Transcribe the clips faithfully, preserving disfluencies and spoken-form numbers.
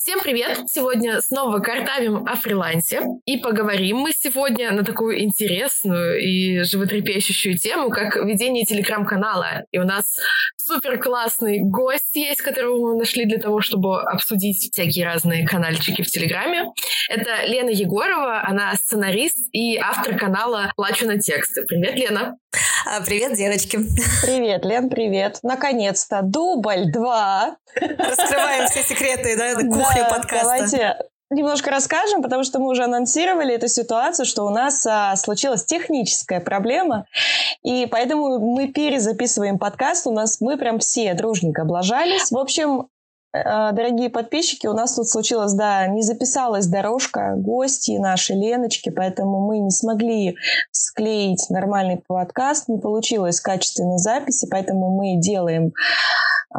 Всем привет! Сегодня снова картавим о фрилансе. И поговорим мы сегодня на такую интересную и животрепещущую тему, как ведение телеграм-канала. И у нас супер классный гость есть, которого мы нашли для того, чтобы обсудить всякие разные канальчики в Телеграме. Это Лена Егорова, она сценарист и автор канала «Плачу на тексты». Привет, Лена! Привет, девочки! Привет, Лен, привет! Наконец-то дубль два! Раскрываем все секреты, да, кухни да, подкаста. Давайте немножко расскажем, потому что мы уже анонсировали эту ситуацию, что у нас а, случилась техническая проблема, и поэтому мы перезаписываем подкаст. У нас мы прям все дружненько облажались. В общем, дорогие подписчики, у нас тут случилось, да, не записалась дорожка, гости наши, Леночки, поэтому мы не смогли склеить нормальный подкаст, не получилось качественной записи, поэтому мы делаем э,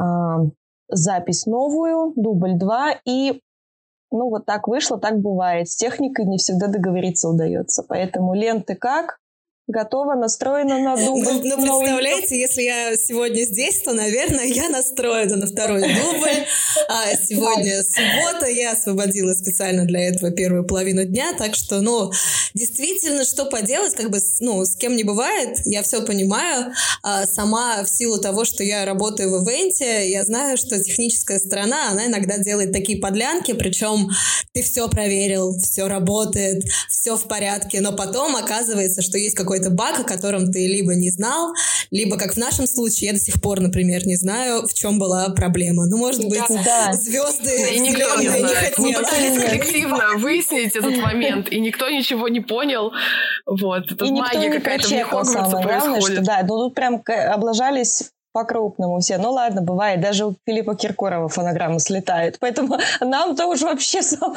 запись новую, дубль два, и ну вот так вышло, так бывает. С техникой не всегда договориться удается, поэтому, Лен, ты как? Готова, настроена на дубль. Ну, ну, представляете, если я сегодня здесь, то, наверное, я настроена на второй дубль. А сегодня суббота, я освободила специально для этого первую половину дня, так что, ну, действительно, что поделать, как бы, ну, с кем не бывает, я все понимаю. А сама в силу того, что я работаю в ивенте, я знаю, что техническая сторона, она иногда делает такие подлянки, причем ты все проверил, все работает, все в порядке, но потом оказывается, что есть какой-то какой-то баг, о котором ты либо не знал, либо, как в нашем случае, я до сих пор, например, не знаю, в чем была проблема. Ну, может быть, да. звезды и никто не, не хотели. Мы пытались коллективно выяснить этот момент, и никто ничего не понял. Вот. Тут и магия какая-то в Хогвартсе происходит. Что, да, ну тут прям облажались по-крупному все. Ну ладно, бывает. Даже у Филиппа Киркорова фонограмма слетает. Поэтому нам-то уже вообще сам,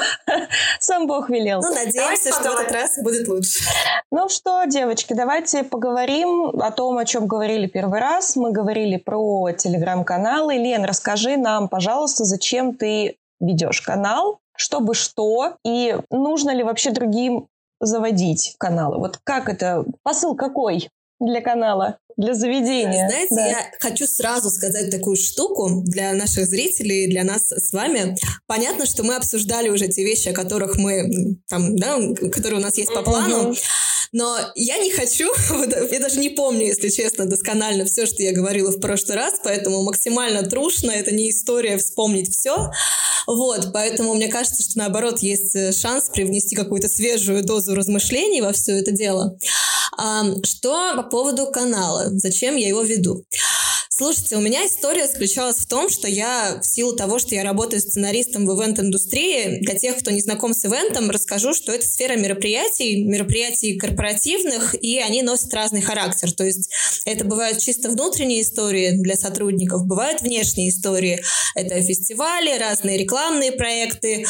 сам Бог велел. Ну, надеемся, что в этот раз будет лучше. Ну что, девочки, давайте поговорим о том, о чем говорили первый раз. Мы говорили про телеграм-каналы. Лен, расскажи нам, пожалуйста, зачем ты ведешь канал, чтобы что, и нужно ли вообще другим заводить каналы? Вот как это? Посыл какой для канала? Для заведения. Знаете, да. я хочу сразу сказать такую штуку для наших зрителей, для нас с вами. Понятно, что мы обсуждали уже те вещи, о которых мы, там, да, которые у нас есть по плану. Uh-huh. Но я не хочу, я даже не помню, если честно, досконально все, что я говорила в прошлый раз, поэтому максимально трушно, это не история вспомнить все. Вот, поэтому мне кажется, что наоборот есть шанс привнести какую-то свежую дозу размышлений во все это дело. А, что по поводу канала? Зачем я его веду? Слушайте, у меня история заключалась в том, что я в силу того, что я работаю сценаристом в ивент-индустрии, для тех, кто не знаком с ивентом, расскажу, что это сфера мероприятий, мероприятий корпоративных, и они носят разный характер. То есть это бывают чисто внутренние истории для сотрудников, бывают внешние истории. Это фестивали, разные рекламные проекты,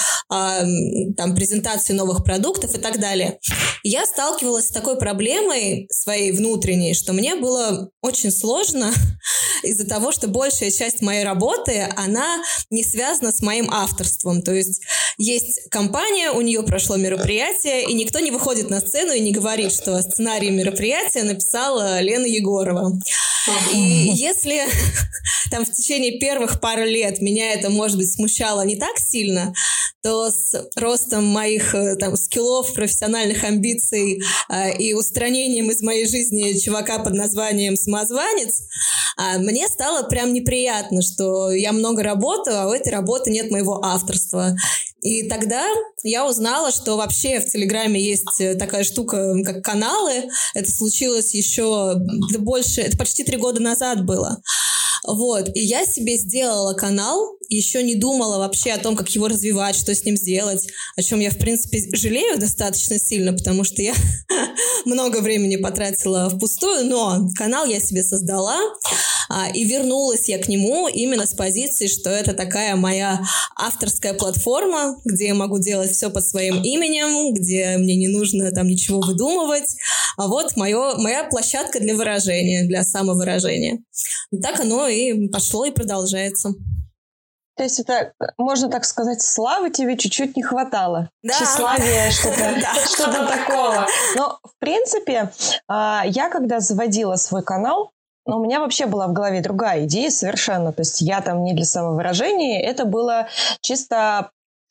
там, презентации новых продуктов и так далее. И я сталкивалась с такой проблемой своей внутренней, что мне было очень сложно из-за того, что большая часть моей работы, она не связана с моим авторством. То есть есть компания, у нее прошло мероприятие, и никто не выходит на сцену и не говорит, что сценарий мероприятия написала Лена Егорова. И если там в течение первых пары лет меня это, может быть, смущало не так сильно, то с ростом моих там скиллов, профессиональных амбиций э, и устранением из моей жизни чувака под названием «Самозванец», э, мне стало прям неприятно, что я много работаю, а у этой работы нет моего авторства. И тогда я узнала, что вообще в Телеграме есть такая штука, как каналы. Это случилось еще больше, это почти три года назад было. Вот, и я себе сделала канал, еще не думала вообще о том, как его развивать, что с ним сделать, о чем я, в принципе, жалею достаточно сильно, потому что я много времени потратила впустую, но канал я себе создала, и вернулась я к нему именно с позиции, что это такая моя авторская платформа, где я могу делать все под своим именем, где мне не нужно там ничего выдумывать, а вот мое, моя площадка для выражения, для самовыражения. И так оно и пошло, и продолжается. То есть это, можно так сказать, славы тебе чуть-чуть не хватало. Да. Тщеславия, что-то, что-то такого. Но, в принципе, я когда заводила свой канал, у меня вообще была в голове другая идея совершенно. То есть я там не для самовыражения. Это было чисто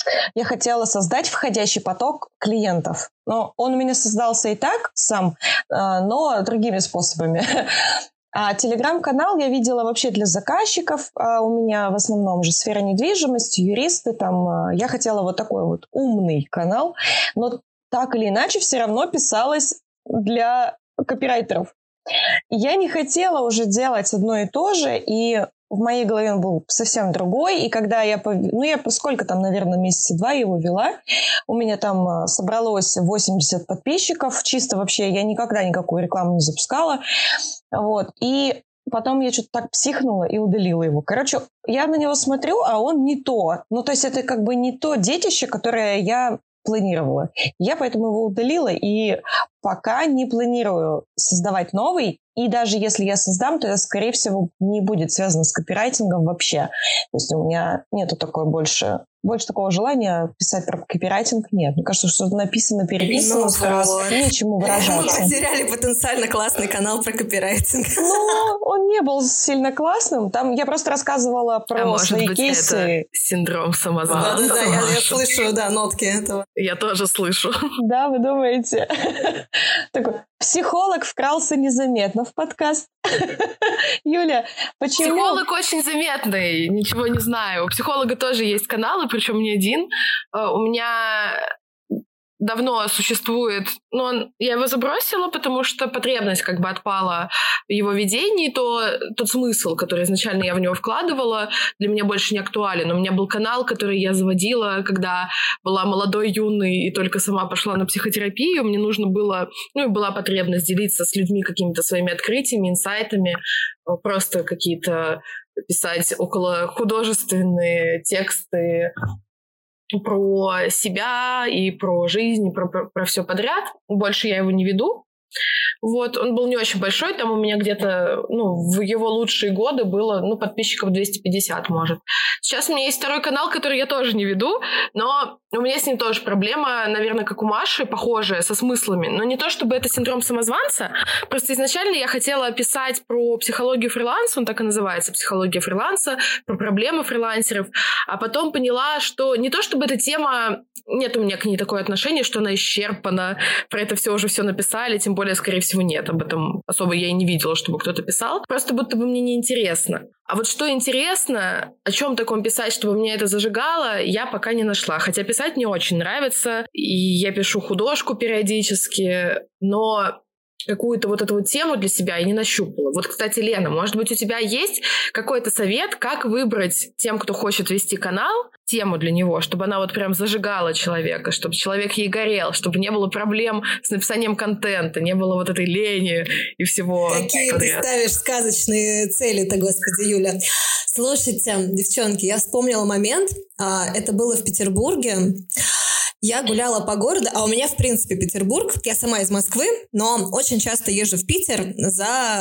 я хотела создать входящий поток клиентов. Но он у меня создался и так сам, но другими способами. А телеграм-канал я видела вообще для заказчиков. А у меня в основном же сфера недвижимости, юристы. Там, я хотела вот такой вот умный канал. Но так или иначе все равно писалось для копирайтеров. Я не хотела уже делать одно и то же. И в моей голове он был совсем другой. И когда я... Ну, я сколько там, наверное, месяца два его вела. У меня там собралось восемьдесят подписчиков. Чисто вообще я никогда никакую рекламу не запускала. Вот. И потом я что-то так психнула и удалила его. Короче, я на него смотрю, а он не то. Ну, то есть это как бы не то детище, которое я планировала. Я поэтому его удалила и пока не планирую создавать новый. И даже если я создам, то это, скорее всего, не будет связано с копирайтингом вообще. То есть у меня нету такой больше... Больше такого желания писать про копирайтинг нет. Мне кажется, что написано, переписано, ну, сразу нечему выражаться. Мы потеряли потенциально классный канал про копирайтинг. Ну, он не был сильно классным. Там я просто рассказывала про а может свои быть, кейсы. Это синдром самозванца. Да-да-да, я, я слышу, да, нотки этого. Я тоже слышу. Да, вы думаете? Такой психолог вкрался незаметно в подкаст. Юля, почему... Психолог очень заметный, ничего не знаю. У психолога тоже есть каналы, причем не один. У меня давно существует... Но он, я его забросила, потому что потребность как бы отпала в его ведении, то тот смысл, который изначально я в него вкладывала, для меня больше не актуален. У меня был канал, который я заводила, когда была молодой, юной и только сама пошла на психотерапию. Мне нужно было... Ну и была потребность делиться с людьми какими-то своими открытиями, инсайтами, просто какие-то писать около художественные тексты про себя и про жизнь, и про, про, про все подряд. Больше я его не веду. Вот, он был не очень большой, там у меня где-то, ну, в его лучшие годы было, ну, подписчиков двести пятьдесят, может. Сейчас у меня есть второй канал, который я тоже не веду, но у меня с ним тоже проблема, наверное, как у Маши, похожая, со смыслами. Но не то, чтобы это синдром самозванца, просто изначально я хотела писать про психологию фриланса, он так и называется, психология фриланса, про проблемы фрилансеров, а потом поняла, что не то, чтобы эта тема, нет у меня к ней такое отношение, что она исчерпана, про это все уже все написали, тем более, скорее всего, нет, об этом особо я и не видела, чтобы кто-то писал, просто будто бы мне неинтересно. А вот что интересно, о чем таком писать, чтобы меня это зажигало, я пока не нашла. Хотя писать мне очень нравится, и я пишу художку периодически, но какую-то вот эту вот тему для себя я не нащупала. Вот, кстати, Лена, может быть, у тебя есть какой-то совет, как выбрать тем, кто хочет вести канал, тему для него, чтобы она вот прям зажигала человека, чтобы человек ей горел, чтобы не было проблем с написанием контента, не было вот этой лени и всего. Какие подряд. Ты ставишь сказочные цели-то, господи, Юля. Слушайте, девчонки, я вспомнила момент, это было в Петербурге. Я гуляла по городу, а у меня, в принципе, Петербург. Я сама из Москвы, но очень часто езжу в Питер за...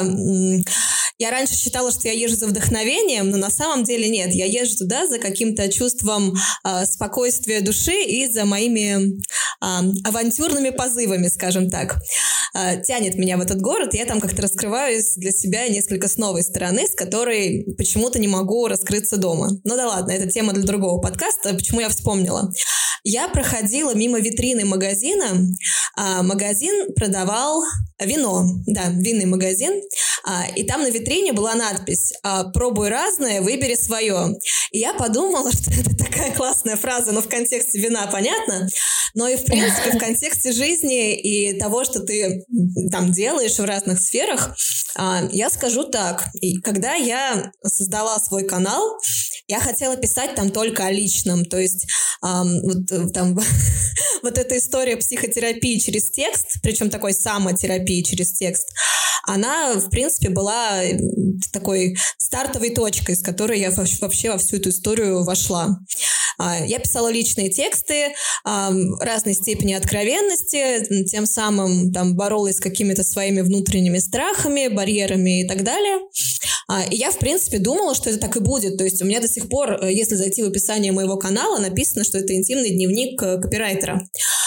Я раньше считала, что я езжу за вдохновением, но на самом деле нет. Я езжу туда за каким-то чувством э, спокойствия души и за моими э, авантюрными позывами, скажем так. Э, тянет меня в этот город, и я там как-то раскрываюсь для себя несколько с новой стороны, с которой почему-то не могу раскрыться дома. Ну да ладно, это тема для другого подкаста. Почему я вспомнила? Я проходила мимо витрины магазина. А, магазин продавал вино. Да, винный магазин. А, и там на витрине была надпись «Пробуй разное, выбери свое». И я подумала, что это такая классная фраза, но в контексте вина понятно, но и в принципе в контексте жизни и того, что ты там делаешь в разных сферах. А, я скажу так. И когда я создала свой канал, я хотела писать там только о личном. То есть эм, вот, там, вот эта история психотерапии через текст, причем такой самотерапии через текст, она, в принципе, была такой стартовой точкой, с которой я вообще во всю эту историю вошла. Я писала личные тексты разной степени откровенности, тем самым там боролась с какими-то своими внутренними страхами, барьерами и так далее. И я, в принципе, думала, что это так и будет. То есть у меня до сих пор, если зайти в описание моего канала, написано, что это интимный дневник копирайтера.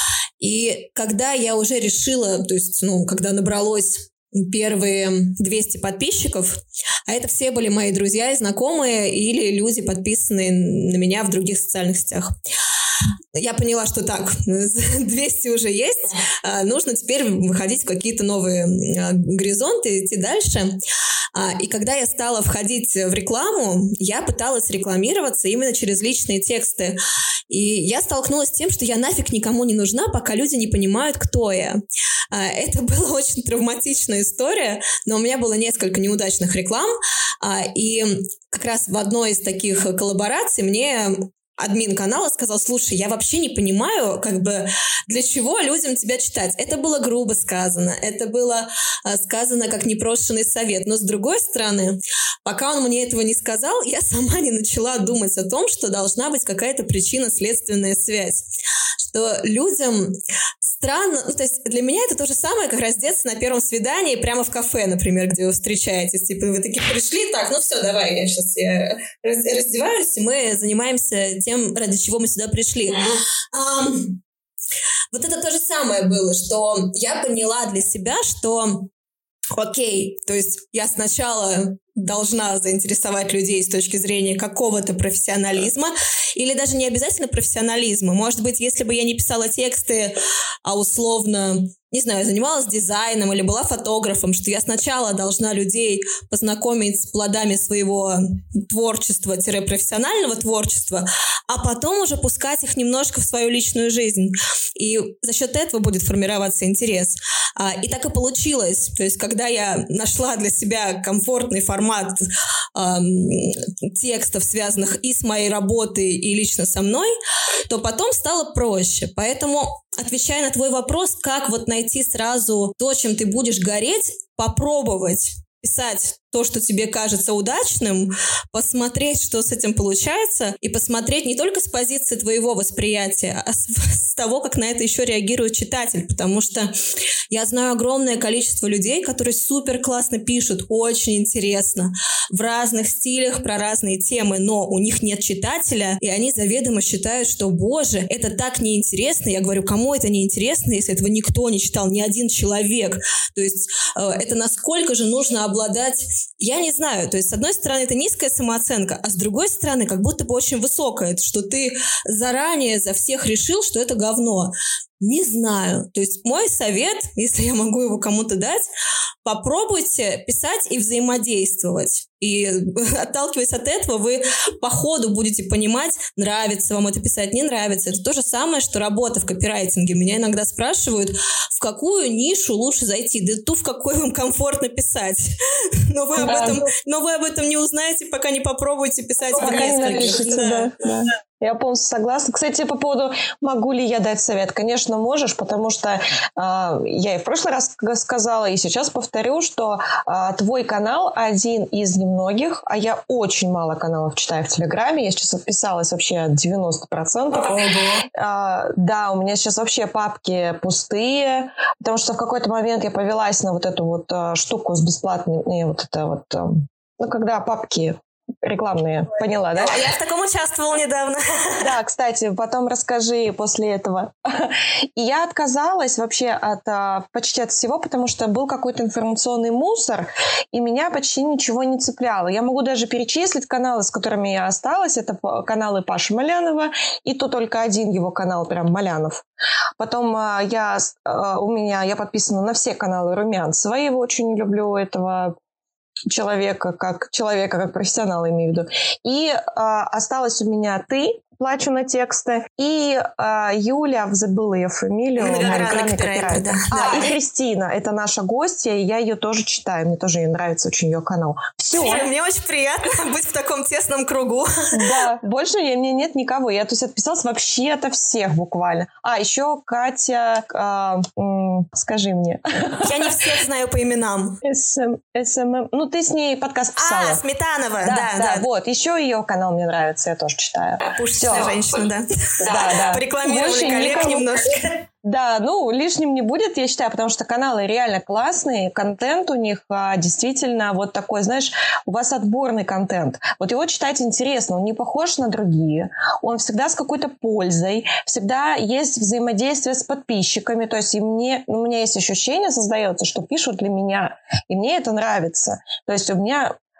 И когда я уже решила, то есть, ну, когда набралось первые двести подписчиков, а это все были мои друзья и знакомые или люди, подписанные на меня в других социальных сетях. я поняла, что так, двести уже есть, нужно теперь выходить в какие-то новые горизонты, идти дальше. И когда я стала входить в рекламу, я пыталась рекламироваться именно через личные тексты. И я столкнулась с тем, что я нафиг никому не нужна, пока люди не понимают, кто я. Это была очень травматичная история, но у меня было несколько неудачных реклам. И как раз в одной из таких коллабораций мне админ канала сказал: слушай, я вообще не понимаю, как бы, для чего людям тебя читать. Это было грубо сказано, это было а, сказано как непрошенный совет. Но с другой стороны, пока он мне этого не сказал, я сама не начала думать о том, что должна быть какая-то причинно-следственная связь. Что людям странно... Ну, то есть для меня это то же самое, как раздеться на первом свидании прямо в кафе, например, где вы встречаетесь. Типа вы такие пришли, так, ну все, давай, я сейчас я раздеваюсь, и мы занимаемся тем, ради чего мы сюда пришли. А, вот это то же самое было, что я поняла для себя, что окей, то есть я сначала должна заинтересовать людей с точки зрения какого-то профессионализма, или даже не обязательно профессионализма. Может быть, если бы я не писала тексты, а условно, не знаю, занималась дизайном или была фотографом, что я сначала должна людей познакомить с плодами своего творчества-профессионального творчества, а потом уже пускать их немножко в свою личную жизнь. И за счет этого будет формироваться интерес. И так и получилось. То есть, когда я нашла для себя комфортный формат эм, текстов, связанных и с моей работой, и лично со мной, то потом стало проще. Поэтому, отвечая на твой вопрос, как вот найти сразу то, чем ты будешь гореть, попробовать писать то, что тебе кажется удачным, посмотреть, что с этим получается, и посмотреть не только с позиции твоего восприятия, а с, с того, как на это еще реагирует читатель, потому что я знаю огромное количество людей, которые супер классно пишут, очень интересно, в разных стилях, про разные темы, но у них нет читателя, и они заведомо считают, что, боже, это так неинтересно. Я говорю, кому это неинтересно, если этого никто не читал, ни один человек? То есть э, это насколько же нужно обладать... Я не знаю, то есть с одной стороны это низкая самооценка, а с другой стороны как будто бы очень высокая, что ты заранее за всех решил, что это говно. Не знаю. То есть мой совет, если я могу его кому-то дать, попробуйте писать и взаимодействовать. И отталкиваясь от этого, вы по ходу будете понимать, нравится вам это писать, не нравится. Это то же самое, что работа в копирайтинге. Меня иногда спрашивают, в какую нишу лучше зайти. Да ту, в какой вам комфортно писать. Но вы, да. об, этом, но вы об этом не узнаете, пока не попробуете писать в нескольких. Да. Да. Я полностью согласна. Кстати, по поводу, могу ли я дать совет? Конечно, можешь, потому что э, я и в прошлый раз сказала, и сейчас повторю, что э, твой канал один из немногих, а я очень мало каналов читаю в Телеграме. Я сейчас отписалась вообще от девяносто процентов. Э, да, у меня сейчас вообще папки пустые, потому что в какой-то момент я повелась на вот эту вот э, штуку с бесплатными, вот это вот, э, ну, когда папки рекламные, поняла, да? Я в таком участвовала недавно. Да, кстати, потом расскажи после этого. И я отказалась вообще от почти от всего, потому что был какой-то информационный мусор, и меня почти ничего не цепляло. Я могу даже перечислить каналы, с которыми я осталась. Это каналы Паши Малянова, и то только один его канал, прям Малянов. Потом я, у меня, я подписана на все каналы Румянцева, я его очень люблю, этого человека, как человека, как профессионала, имею в виду. И э, осталась у меня ты, плачу на тексты, и э, Юля, забыла ее фамилию, многогранный копирайтер, да. А, да. и Кристина, это наша гостья, и я ее тоже читаю, мне тоже ей нравится очень ее канал. Все. Мне очень приятно быть в таком тесном кругу. Да, больше я, мне нет никого. Я, то есть, отписалась вообще от всех буквально. А, еще Катя, э, м, скажи мне. Я не всех знаю по именам. эс эм эм, ну ты с ней подкаст писала. А, Сметанова, да, да, да. да. Вот, еще ее канал мне нравится, я тоже читаю. Пушечная женщина, да. Да, да. Порекламировали коллег никому... немножко. Да, ну, лишним не будет, я считаю, потому что каналы реально классные, контент у них а, действительно вот такой, знаешь, у вас отборный контент. Вот его читать интересно, он не похож на другие, он всегда с какой-то пользой, всегда есть взаимодействие с подписчиками, то есть и мне, у меня есть ощущение, создается, что пишут для меня, и мне это нравится. То есть у меня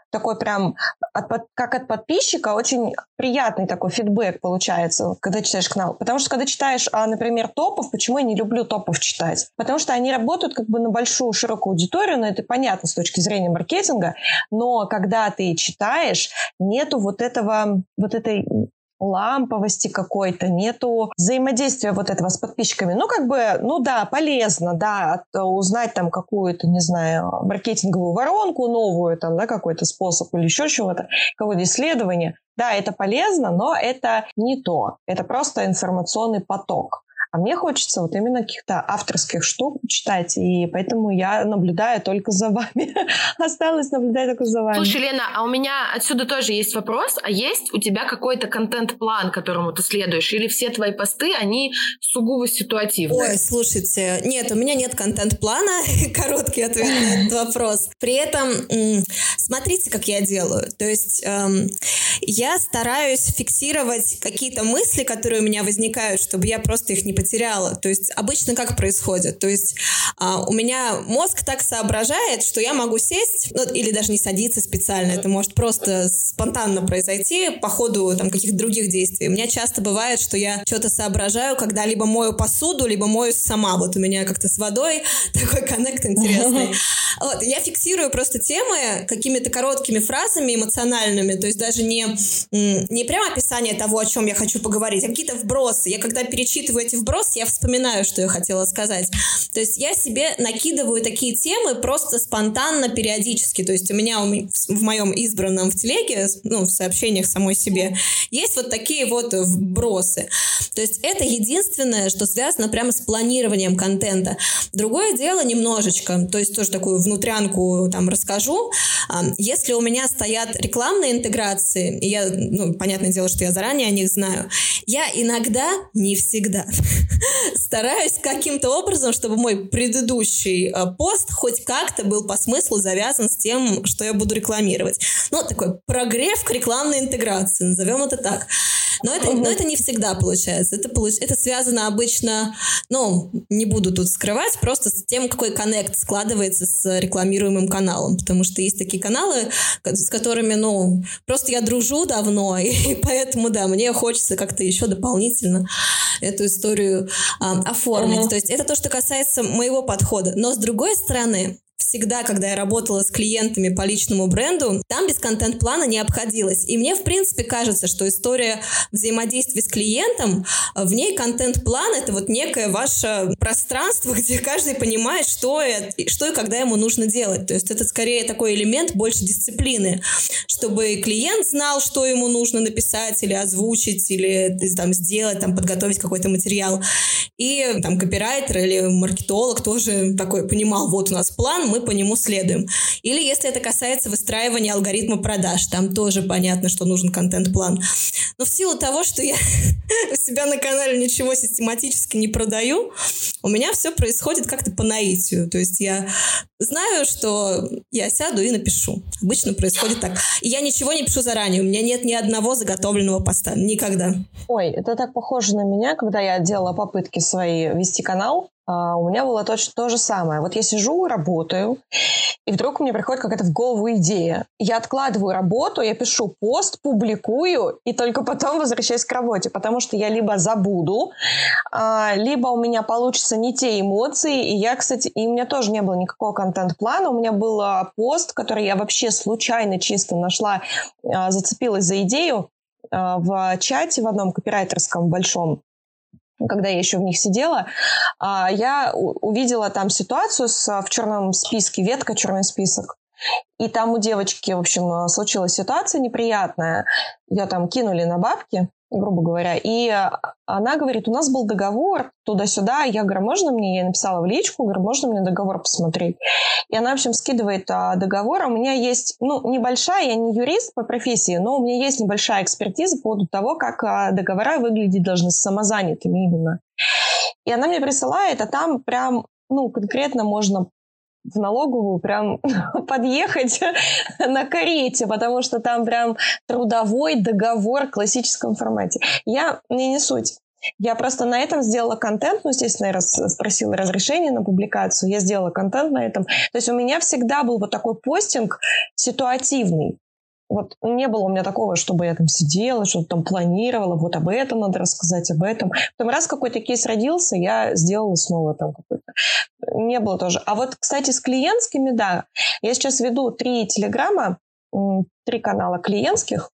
такой прям, от, как от подписчика, очень приятный такой фидбэк получается, когда читаешь канал. Потому что когда читаешь, например, топов, почему я не люблю топов читать? Потому что они работают как бы на большую, широкую аудиторию, но это понятно с точки зрения маркетинга, но когда ты читаешь, нету вот этого, вот этой ламповости какой-то, нету взаимодействия вот этого с подписчиками. Ну, как бы, ну да, полезно, да, узнать там какую-то, не знаю, маркетинговую воронку новую, там, да, какой-то способ или еще чего-то, какое-то исследование. Да, это полезно, но это не то. Это просто информационный поток. А мне хочется вот именно каких-то авторских штук читать, и поэтому я наблюдаю только за вами. Осталось наблюдать только за вами. Слушай, Лена, а у меня отсюда тоже есть вопрос. А есть у тебя какой-то контент-план, которому ты следуешь? Или все твои посты, они сугубо ситуативные? Ой, слушайте, нет, у меня нет контент-плана. Короткий ответ на этот вопрос. При этом, смотрите, как я делаю. То есть эм, я стараюсь фиксировать какие-то мысли, которые у меня возникают, чтобы я просто их не потеряла. То есть обычно как происходит? То есть а, у меня мозг так соображает, что я могу сесть, ну, или даже не садиться специально, это может просто спонтанно произойти по ходу там, каких-то других действий. У меня часто бывает, что я что-то соображаю, когда либо мою посуду, либо моюсь сама. Вот у меня как-то с водой такой коннект интересный. Вот, я фиксирую просто темы какими-то короткими фразами эмоциональными, то есть даже не, не прямо описание того, о чем я хочу поговорить, а какие-то вбросы. Я когда перечитываю эти вбросы, я вспоминаю, что я хотела сказать. То есть я себе накидываю такие темы просто спонтанно, периодически. То есть у меня в моем избранном в телеге, ну, в сообщениях самой себе, есть вот такие вот вбросы. То есть это единственное, что связано прямо с планированием контента. Другое дело немножечко, то есть тоже такую внутрянку там расскажу. Если у меня стоят рекламные интеграции, и я, ну, понятное дело, что я заранее о них знаю, я иногда, не всегда, стараюсь каким-то образом, чтобы мой предыдущий э, пост хоть как-то был по смыслу завязан с тем, что я буду рекламировать. Ну, такой прогрев к рекламной интеграции, назовем это так. Но это, но это не всегда получается. Это, получ... это связано обычно, ну, не буду тут скрывать, просто с тем, какой коннект складывается с рекламируемым каналом. Потому что есть такие каналы, с которыми, ну, просто я дружу давно, и поэтому, да, мне хочется как-то еще дополнительно эту историю а, оформить. Uh-huh. То есть это то, что касается моего подхода. Но с другой стороны, всегда, когда я работала с клиентами по личному бренду, там без контент-плана не обходилось. И мне, в принципе, кажется, что история взаимодействия с клиентом, в ней контент-план — это вот некое ваше пространство, где каждый понимает, что и, что и когда ему нужно делать. То есть это скорее такой элемент больше дисциплины, чтобы клиент знал, что ему нужно написать или озвучить, или там, сделать, там, подготовить какой-то материал. И там копирайтер или маркетолог тоже такой понимал, вот у нас план, мы по нему следуем. Или если это касается выстраивания алгоритма продаж, там тоже понятно, что нужен контент-план. Но в силу того, что я у себя на канале ничего систематически не продаю, у меня все происходит как-то по наитию. То есть я знаю, что я сяду и напишу. Обычно происходит так. И я ничего не пишу заранее. У меня нет ни одного заготовленного поста. Никогда. Ой, это так похоже на меня, когда я делала попытки свои вести канал. Uh, у меня было точно то же самое. Вот я сижу, работаю, и вдруг мне приходит какая-то в голову идея. Я откладываю работу, я пишу пост, публикую, и только потом возвращаюсь к работе, потому что я либо забуду, uh, либо у меня получатся не те эмоции. И я, кстати, и у меня тоже не было никакого контент-плана. У меня был пост, который я вообще случайно чисто нашла, uh, зацепилась за идею uh, в чате в одном копирайтерском большом. Когда я еще в них сидела, я увидела там ситуацию с, в черном списке, ветка черный список. И там у девочки, в общем, случилась ситуация неприятная. Ее там кинули на бабки, грубо говоря. И она говорит, у нас был договор туда-сюда. Я говорю, можно мне? Я написала в личку, говорю, можно мне договор посмотреть? И она, в общем, скидывает а, договор. У меня есть, ну, небольшая, я не юрист по профессии, но у меня есть небольшая экспертиза по поводу того, как а, договора выглядеть должны с самозанятыми именно. И она мне присылает, а там прям, ну, конкретно можно в налоговую прям подъехать на карете, потому что там прям трудовой договор в классическом формате. Я, мне не суть. Я просто на этом сделала контент, ну, естественно, я раз, спросила разрешение на публикацию, я сделала контент на этом. То есть у меня всегда был вот такой постинг ситуативный. Вот не было у меня такого, чтобы я там сидела, что-то там планировала, вот об этом надо рассказать, об этом. Потом раз какой-то кейс родился, я сделала снова там какой-то. Не было тоже. А вот, кстати, с клиентскими, да. Я сейчас веду три телеграмма, три канала клиентских.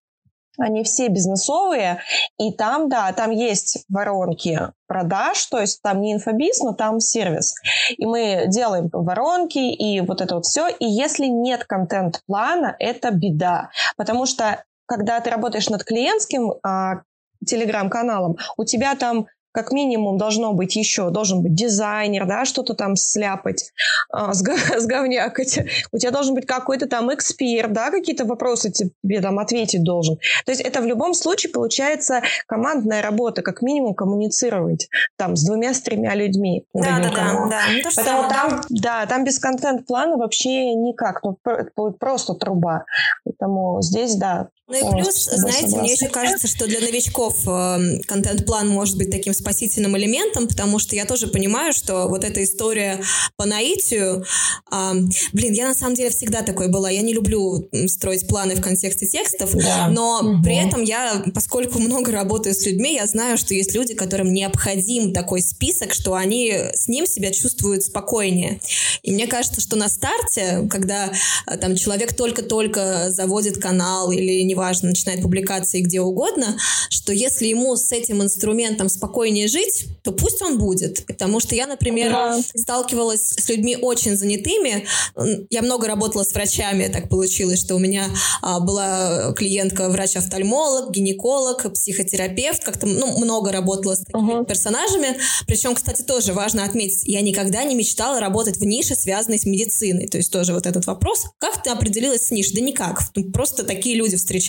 Они все бизнесовые, и там, да, там есть воронки продаж, то есть там не инфобиз, но там сервис. И мы делаем воронки и вот это вот все. И если нет контент-плана, это беда. Потому что, когда ты работаешь над клиентским а, телеграм-каналом, у тебя там как минимум должно быть еще, должен быть дизайнер, да, что-то там сляпать, а, сговнякать. У тебя должен быть какой-то там эксперт, да, какие-то вопросы тебе там ответить должен. То есть это в любом случае получается командная работа, как минимум коммуницировать там с двумя, с тремя людьми. Да, да, да, да. Ну, Поэтому там, да, там без контент-плана вообще никак, ну, просто труба. Поэтому здесь, да. Ну и плюс, знаете, мне еще кажется, что для новичков э, контент-план может быть таким спасительным элементом, потому что я тоже понимаю, что вот эта история по наитию, э, блин, я на самом деле всегда такой была, я не люблю строить планы в контексте текстов, да. но угу. при этом я, поскольку много работаю с людьми, я знаю, что есть люди, которым необходим такой список, что они с ним себя чувствуют спокойнее. И мне кажется, что на старте, когда э, там человек только-только заводит канал или неважно, начинает публикации где угодно, что если ему с этим инструментом спокойнее жить, то пусть он будет. Потому что я, например, да. сталкивалась с людьми очень занятыми. Я много работала с врачами, так получилось, что у меня а, была клиентка врач-офтальмолог, гинеколог, психотерапевт, как-то ну, много работала с такими uh-huh. персонажами. Причем, кстати, тоже важно отметить, я никогда не мечтала работать в нише, связанной с медициной. То есть тоже вот этот вопрос, как ты определилась с нишей? Да никак. Просто такие люди встречаются,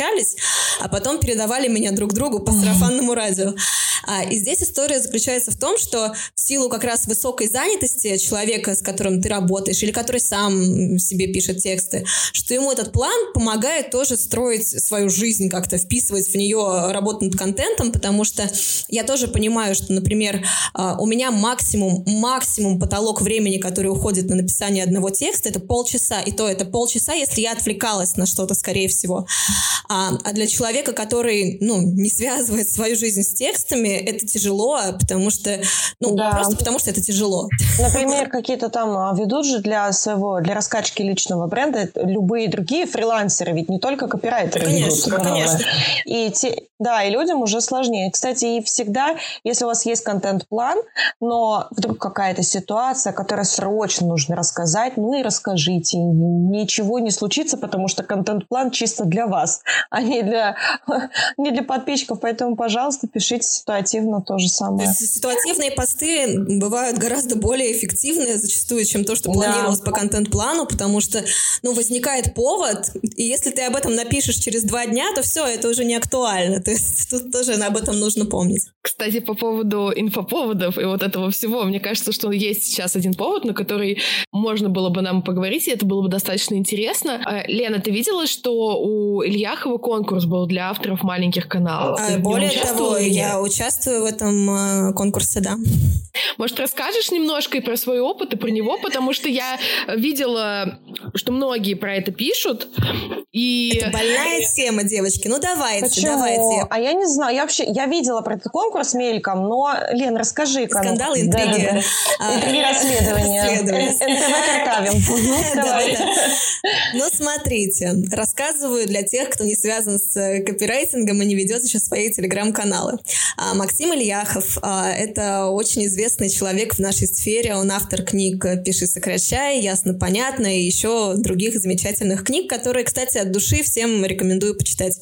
а потом передавали меня друг другу по сарафанному радио. А, и здесь история заключается в том, что в силу как раз высокой занятости человека, с которым ты работаешь, или который сам себе пишет тексты, что ему этот план помогает тоже строить свою жизнь, как-то вписывать в нее работу над контентом, потому что я тоже понимаю, что, например, у меня максимум, максимум потолок времени, который уходит на написание одного текста, это полчаса, и то это полчаса, если я отвлекалась на что-то, скорее всего. А, а для человека, который, ну, не связывает свою жизнь с текстами, это тяжело, потому что, ну, да. просто потому что это тяжело. Например, какие-то там ведут же для своего, для раскачки личного бренда любые другие фрилансеры, ведь не только копирайтеры конечно, ведут. Конечно, и те, да, и людям уже сложнее. Кстати, и всегда, если у вас есть контент-план, но вдруг какая-то ситуация, которую срочно нужно рассказать, ну и расскажите. Ничего не случится, потому что контент-план чисто для вас, а не для, не для подписчиков. Поэтому, пожалуйста, пишите ситуативно то же самое. То есть ситуативные посты бывают гораздо более эффективные зачастую, чем то, что планировалось да. по контент-плану, потому что, ну, возникает повод, и если ты об этом напишешь через два дня, то все, это уже не актуально. То есть тут тоже об этом нужно помнить. Кстати, по поводу инфоповодов и вот этого всего, мне кажется, что есть сейчас один повод, на который можно было бы нам поговорить, и это было бы достаточно интересно. Лена, ты видела, что у Ильяхова конкурс был для авторов маленьких каналов? А, более того, я участвую в этом э, конкурсе, да. Может, расскажешь немножко и про свой опыт, и про него? Потому что я видела, что многие про это пишут. И... Это больная тема, девочки. Ну, давайте, Почему? давайте. А я не знаю. Я вообще я видела про этот конкурс мельком, но, Лен, расскажи. Скандалы, интриги. Интриги, расследования. эн тэ вэ Картавим. Ну, смотрите. Рассказываю для тех, кто не связан с копирайтингом и не ведет еще свои телеграм-каналы. Максим Ильяхов — это очень известный человек в нашей сфере. Он автор книг «Пиши, сокращай», «Ясно, понятно» и еще других замечательных книг, которые, кстати, от души всем рекомендую почитать.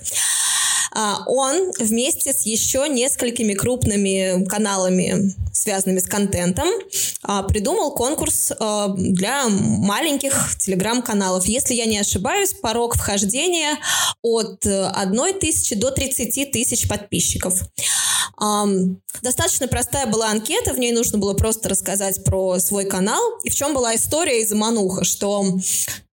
Он вместе с еще несколькими крупными каналами, связанными с контентом, придумал конкурс для маленьких телеграм-каналов. Если я не ошибаюсь, порог вхождения от одной тысячи до тридцати тысяч подписчиков. Достаточно простая была анкета, в ней нужно было просто рассказать про свой канал. И в чем была история и замануха, что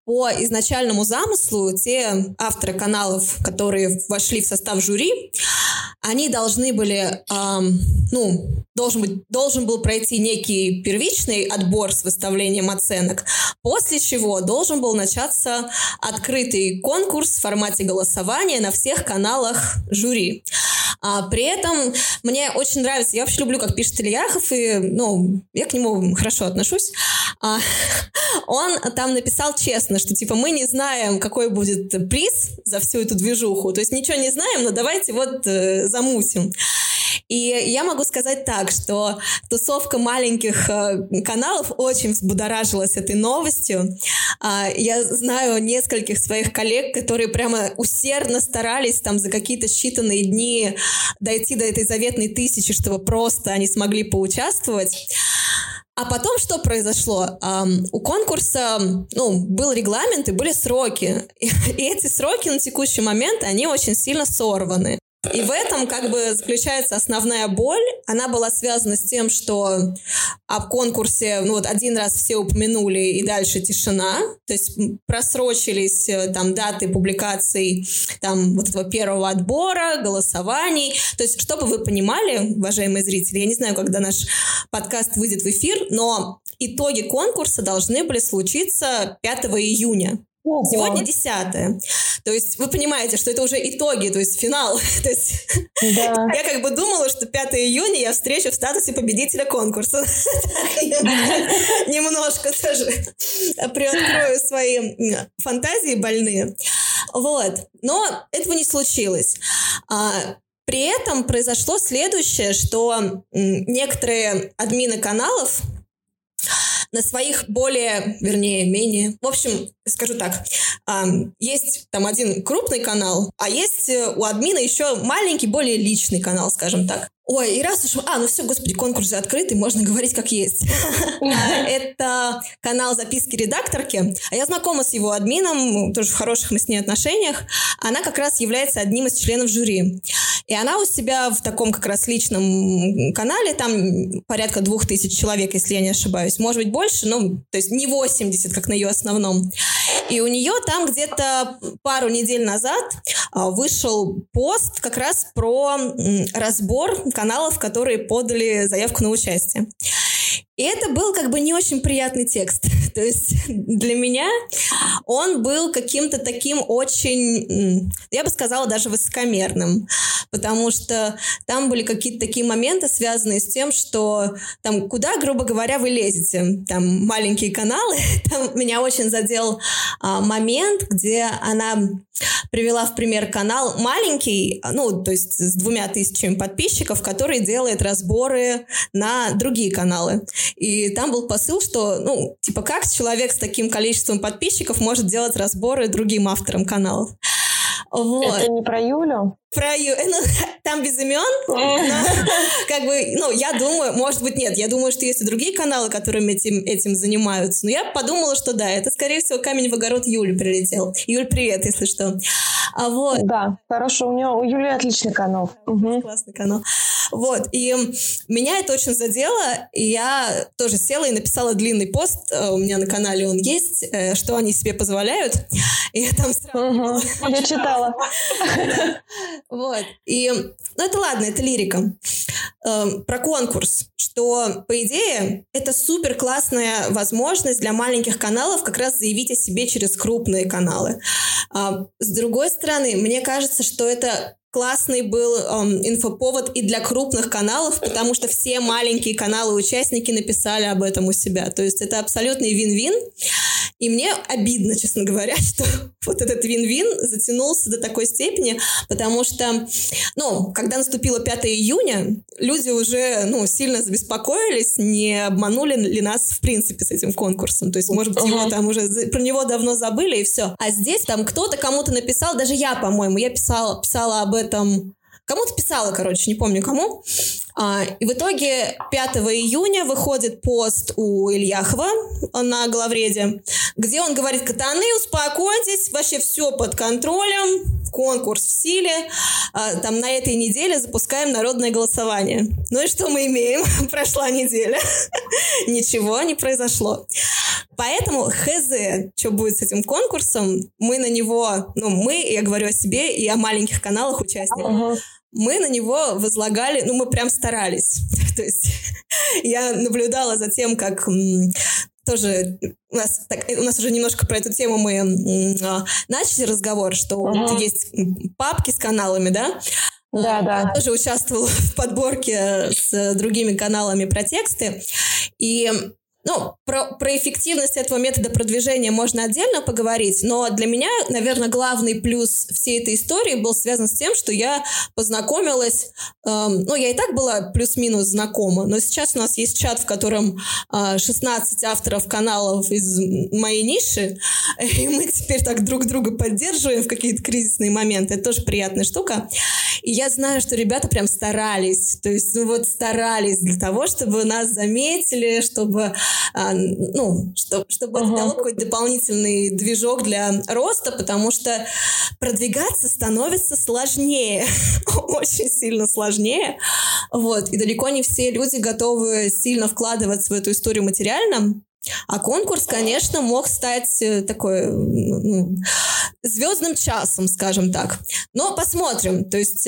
по изначальному замыслу те авторы каналов, которые вошли в состав жюри, они должны были, эм, ну, должен быть, должен был пройти некий первичный отбор с выставлением оценок, после чего должен был начаться открытый конкурс в формате голосования на всех каналах жюри. А, при этом мне очень нравится, я вообще люблю, как пишет Ильяхов, и, ну, я к нему хорошо отношусь. А, он там написал честно, что, типа, мы не знаем, какой будет приз за всю эту движуху, то есть ничего не знаем, но давайте вот э, замутим. И я могу сказать так, что тусовка маленьких э, каналов очень взбудоражилась этой новостью. Э, я знаю нескольких своих коллег, которые прямо усердно старались там за какие-то считанные дни дойти до этой заветной тысячи, чтобы просто они смогли поучаствовать. А потом что произошло? Um, у конкурса, ну, был регламент и были сроки. И, и эти сроки на текущий момент, они очень сильно сорваны. И в этом как бы заключается основная боль. Она была связана с тем, что о конкурсе, ну вот один раз все упомянули, и дальше тишина. То есть просрочились там даты публикаций там вот этого первого отбора, голосований. То есть, чтобы вы понимали, уважаемые зрители, я не знаю, когда наш подкаст выйдет в эфир, но итоги конкурса должны были случиться пятого июня. Ого. Сегодня десятое. То есть вы понимаете, что это уже итоги, то есть финал. То есть да. Я как бы думала, что пятого июня я встречу в статусе победителя конкурса. Немножко тоже приоткрою свои фантазии больные. Вот. Но этого не случилось. При этом произошло следующее, что некоторые админы каналов на своих более, вернее, менее... В общем, скажу так, есть там один крупный канал, а есть у админа еще маленький, более личный канал, скажем так. Ой, и раз уж... А, ну все, господи, конкурс же открытый, можно говорить как есть. Это канал «Записки редакторки». А я знакома с его админом, тоже в хороших мы с ней отношениях. Она как раз является одним из членов жюри. И она у себя в таком как раз личном канале, там порядка двух тысяч человек, если я не ошибаюсь. Может быть, больше, ну, то есть не восемьдесят, как на ее основном. И у нее там где-то пару недель назад вышел пост как раз про разбор каналов, которые подали заявку на участие. И это был как бы не очень приятный текст. То есть для меня он был каким-то таким очень, я бы сказала, даже высокомерным. Потому что там были какие-то такие моменты, связанные с тем, что там куда, грубо говоря, вы лезете. Там маленькие каналы. Там меня очень задел а, момент, где она привела в пример канал маленький, ну, то есть с двумя тысячами подписчиков, который делает разборы на другие каналы. И там был посыл, что, ну, типа, как человек с таким количеством подписчиков может делать разборы другим авторам каналов? Вот. Это не про Юлю? Про Юлю. Ну, там без имен. Но, как бы, ну, я думаю, может быть, нет. Я думаю, что есть и другие каналы, которыми этим, этим занимаются. Но я подумала, что да, это, скорее всего, камень в огород Юли прилетел. Юль, привет, если что. А вот. Да, хорошо. У нее у Юли отличный канал. Угу. Классный канал. Вот. И меня это очень задело. И я тоже села и написала длинный пост. У меня на канале он есть. Что они себе позволяют. И я там сразу... Угу. Я читала. Вот. И, ну, это ладно, это лирика. Эм, про конкурс, что, по идее, это супер классная возможность для маленьких каналов как раз заявить о себе через крупные каналы. А, с другой стороны, мне кажется, что это классный был эм, инфоповод и для крупных каналов, потому что все маленькие каналы-участники написали об этом у себя. То есть это абсолютный вин-вин. И мне обидно, честно говоря, что вот этот вин-вин затянулся до такой степени, потому что, ну, когда наступило пятого июня, люди уже, ну, сильно забеспокоились, не обманули ли нас, в принципе, с этим конкурсом. То есть, может быть, его там уже, про него давно забыли, и все. А здесь там кто-то кому-то написал, даже я, по-моему, я писала, писала об этом, кому-то писала, короче, не помню кому. А, и в итоге пятого июня выходит пост у Ильяхова на Главреде, где он говорит: катаны, успокойтесь, вообще все под контролем, конкурс в силе, а, там на этой неделе запускаем народное голосование. Ну и что мы имеем? Прошла неделя, ничего не произошло. Поэтому хз, что будет с этим конкурсом, мы на него, ну, мы, я говорю о себе и о маленьких каналах участников, uh-huh. мы на него возлагали, ну, мы прям старались. То есть я наблюдала за тем, как м, тоже у нас, так, у нас уже немножко про эту тему мы м, начали разговор, что uh-huh. вот есть папки с каналами, да? Да, да. Я тоже участвовала в подборке с другими каналами про тексты. И ну, про, про эффективность этого метода продвижения можно отдельно поговорить, но для меня, наверное, главный плюс всей этой истории был связан с тем, что я познакомилась, эм, ну, я и так была плюс-минус знакома, но сейчас у нас есть чат, в котором э, шестнадцать авторов каналов из моей ниши, и мы теперь так друг друга поддерживаем в какие-то кризисные моменты, это тоже приятная штука. И я знаю, что ребята прям старались, то есть, ну, вот старались для того, чтобы нас заметили, чтобы... А, ну, что, чтобы uh-huh. это дало какой-то дополнительный движок для роста, потому что продвигаться становится сложнее, очень сильно сложнее, вот, и далеко не все люди готовы сильно вкладываться в эту историю материально. А конкурс, конечно, мог стать такой ну, звездным часом, скажем так. Но посмотрим. То есть,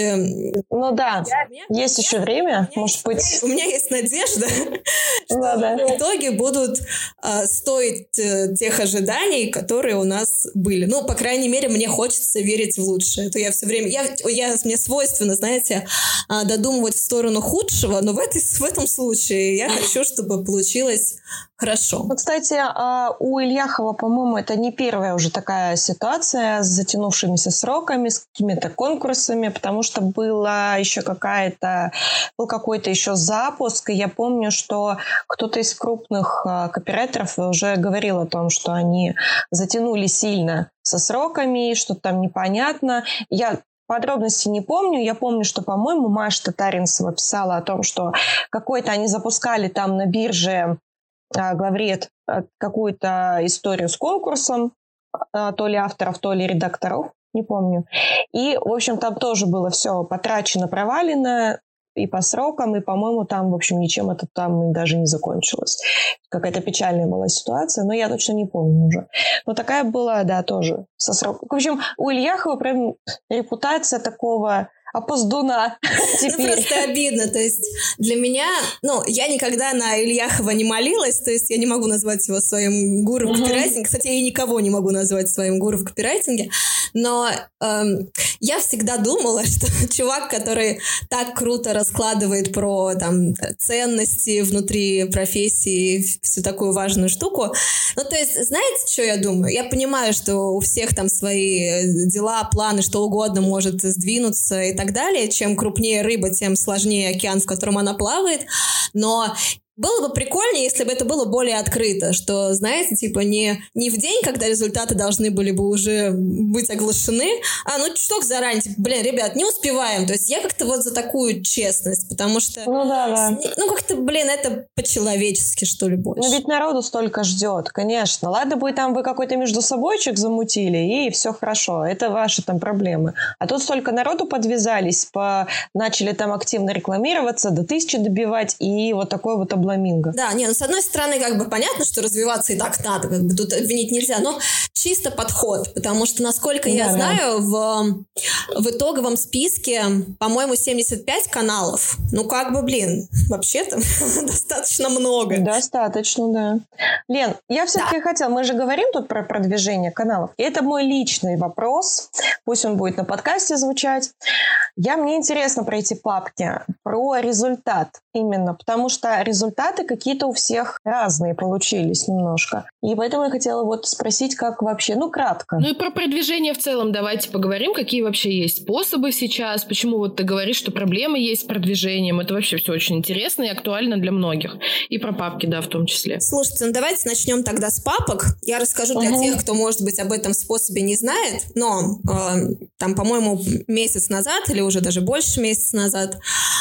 ну да, я, есть я, еще время, может есть, быть. У меня есть надежда, ну, что да. в итоге будут а, стоить а, тех ожиданий, которые у нас были. Ну, по крайней мере, мне хочется верить в лучшее. Это я все время... Я, я, мне свойственно, знаете, а, додумывать в сторону худшего, но в, этой, в этом случае я хочу, чтобы получилось хорошо. Ну, кстати, у Ильяхова, по-моему, это не первая уже такая ситуация с затянувшимися сроками, с какими-то конкурсами, потому что была еще какая-то, был какой-то еще запуск, и я помню, что кто-то из крупных копирайтеров уже говорил о том, что они затянули сильно со сроками, что там непонятно. Я подробности не помню. Я помню, что, по-моему, Маша Татаринцева писала о том, что какой-то они запускали там на бирже главред какую-то историю с конкурсом, то ли авторов, то ли редакторов, не помню. И, в общем, там тоже было все потрачено, провалено и по срокам, и, по-моему, там, в общем, ничем это там даже не закончилось. Какая-то печальная была ситуация, но я точно не помню уже. Но такая была, да, тоже со сроком. В общем, у Ильяхова прям репутация такого... опоздуна теперь. Ну, просто обидно. То есть для меня... Ну, я никогда на Ильяхова не молилась, то есть я не могу назвать его своим гуру в копирайтинге. Кстати, я и никого не могу назвать своим гуру в копирайтинге. Но эм, я всегда думала, что чувак, который так круто раскладывает про там, ценности внутри профессии, всю такую важную штуку. Ну, то есть, знаете, что я думаю? Я понимаю, что у всех там свои дела, планы, что угодно может сдвинуться и так далее. Чем крупнее рыба, тем сложнее океан, в котором она плавает. Но было бы прикольнее, если бы это было более открыто, что, знаете, типа не, не в день, когда результаты должны были бы уже быть оглашены, а ну чуток заранее, типа, блин, ребят, не успеваем. То есть я как-то вот за такую честность, потому что, ну, да, да. ну как-то, блин, это по-человечески, что ли, больше. Ну ведь народу столько ждет, конечно. Ладно бы там вы какой-то между собойчик замутили, и все хорошо, это ваши там проблемы. А тут столько народу подвязались, по... начали там активно рекламироваться, до тысячи добивать, и вот такой вот обламинго. Да, не, ну с одной стороны, как бы понятно, что развиваться и так надо, как бы тут обвинить нельзя, но чисто подход, потому что, насколько да, я да. знаю, в, в итоговом списке, по-моему, семьдесят пять каналов. Ну, как бы, блин, вообще-то достаточно много. Достаточно, да. Лен, я все-таки да. хотела, мы же говорим тут про продвижение каналов, и это мой личный вопрос, пусть он будет на подкасте звучать. Я, мне интересно про эти папки, про результат именно, потому что результаты какие-то у всех разные получились немножко. И поэтому я хотела вот спросить, как вообще, ну, кратко. Ну и про продвижение в целом давайте поговорим, какие вообще есть способы сейчас, почему вот ты говоришь, что проблемы есть с продвижением, это вообще все очень интересно и актуально для многих. И про папки, да, в том числе. Слушайте, ну давайте начнем тогда с папок. Я расскажу для uh-huh. тех, кто, может быть, об этом способе не знает, но э, там, по-моему, месяц назад или уже даже больше месяца назад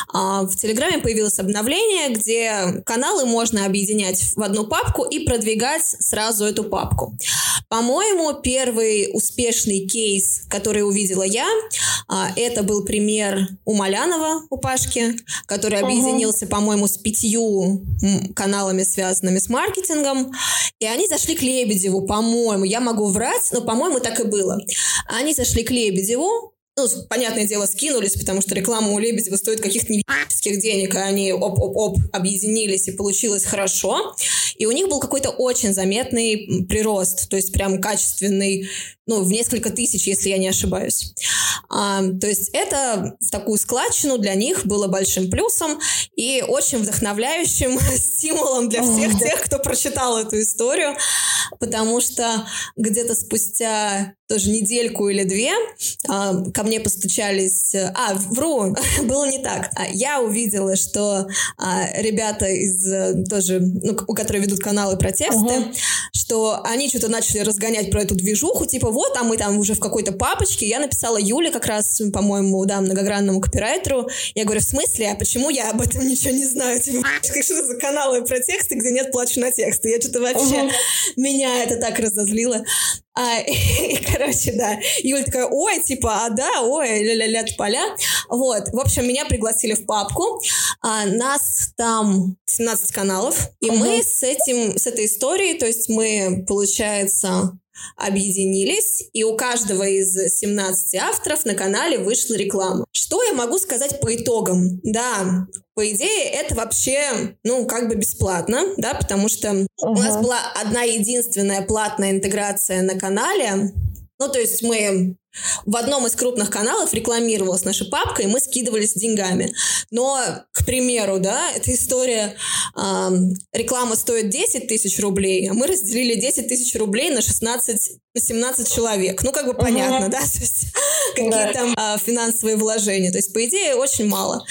А, в Телеграме появилось обновление, где каналы можно объединять в одну папку и продвигать сразу эту папку. По-моему, первый успешный кейс, который увидела я, а, это был пример у Малянова, у Пашки, который объединился, uh-huh. по-моему, с пятью каналами, связанными с маркетингом, и они зашли к Лебедеву, по-моему, я могу врать, но, по-моему, так и было. Они зашли к Лебедеву, ну, понятное дело, скинулись, потому что реклама у Лебедева стоит каких-то невических денег, и они оп-оп-оп объединились, и получилось хорошо. И у них был какой-то очень заметный прирост, то есть прям качественный, ну, в несколько тысяч, если я не ошибаюсь. А, то есть это в такую складчину для них было большим плюсом и очень вдохновляющим стимулом для всех тех, кто прочитал эту историю, потому что где-то спустя тоже недельку или две а, ко мне постучались... А, вру, было не так. Я увидела, что а, ребята из тоже, ну, у которых ведут каналы про тексты, uh-huh. что они что-то начали разгонять про эту движуху, типа вот, а мы там уже в какой-то папочке. Я написала Юле как раз, по-моему, да, многогранному копирайтеру. Я говорю, в смысле? А почему я об этом ничего не знаю? Типа, что это за каналы про тексты, где нет плачу на тексты? Я что-то вообще... Uh-huh. Меня это так разозлило. А, и, и, короче, да. Юля такая, ой, типа, а да, ой, ля-ля-ля поля. Вот. В общем, меня пригласили в папку. А, нас там семнадцать каналов. И uh-huh. мы с этим, с этой историей, то есть мы, получается... объединились, и у каждого из семнадцати авторов на канале вышла реклама. Что я могу сказать по итогам? Да, по идее, это вообще, ну, как бы бесплатно, да, потому что uh-huh. у нас была одна единственная платная интеграция на канале. Ну, то есть мы... В одном из крупных каналов рекламировалась наша папка, и мы скидывались деньгами. Но, к примеру, да, эта история, э, реклама стоит десять тысяч рублей, а мы разделили десять тысяч рублей на шестнадцать-семнадцать человек. Ну, как бы понятно, uh-huh. да, то есть какие там э, финансовые вложения. То есть, по идее, очень мало.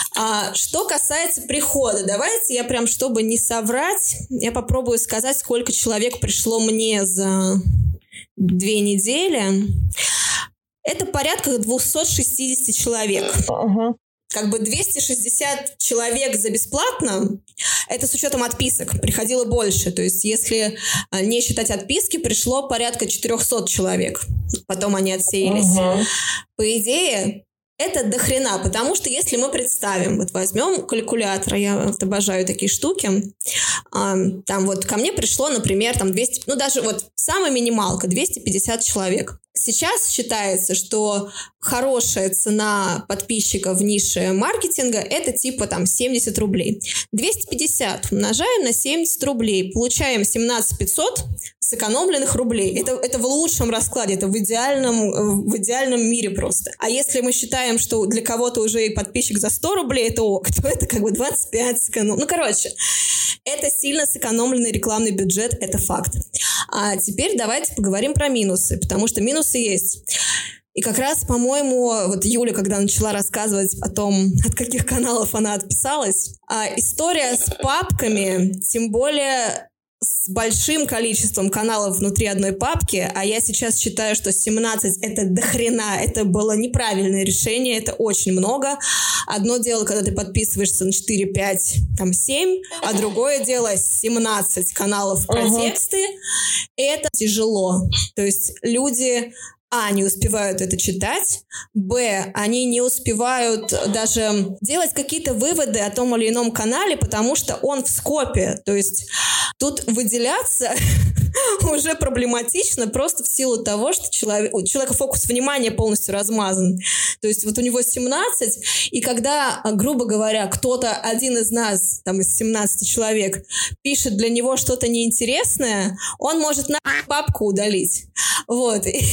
А что касается прихода, давайте я прям, чтобы не соврать, я попробую сказать, сколько человек пришло мне за две недели. Это порядка двести шестьдесят человек. Uh-huh. Как бы двести шестьдесят человек за бесплатно, это с учетом отписок, приходило больше. То есть если не считать отписки, пришло порядка четыреста человек. Потом они отсеялись. Uh-huh. По идее, это дохрена, потому что если мы представим, вот возьмем калькулятор, я вот обожаю такие штуки, там вот ко мне пришло, например, там двести, ну даже вот самая минималка, двести пятьдесят человек. Сейчас считается, что хорошая цена подписчика в нише маркетинга – это типа там семьдесят рублей. двести пятьдесят умножаем на семьдесят рублей, получаем семнадцать тысяч пятьсот сэкономленных рублей. Это, это в лучшем раскладе, это в идеальном, в идеальном мире просто. А если мы считаем, что для кого-то уже и подписчик за сто рублей – это ок, то это как бы двадцать пять сэкономленных. Ну, короче, это сильно сэкономленный рекламный бюджет, это факт. А теперь давайте поговорим про минусы, потому что минусы есть. И как раз, по-моему, вот Юля, когда начала рассказывать о том, от каких каналов она отписалась, а история с папками, тем более с большим количеством каналов внутри одной папки, а я сейчас считаю, что семнадцать это дохрена, это было неправильное решение, это очень много. Одно дело, когда ты подписываешься на четыре, пять, там семь, а другое дело семнадцать каналов про uh-huh. тексты. Это тяжело. То есть люди... А, не успевают это читать, Б, они не успевают даже делать какие-то выводы о том или ином канале, потому что он в скопе, то есть тут выделяться уже проблематично просто в силу того, что человек, у человека фокус внимания полностью размазан. То есть вот у него семнадцать, и когда, грубо говоря, кто-то, один из нас, там из семнадцати человек, пишет для него что-то неинтересное, он может на папку удалить. Вот. И,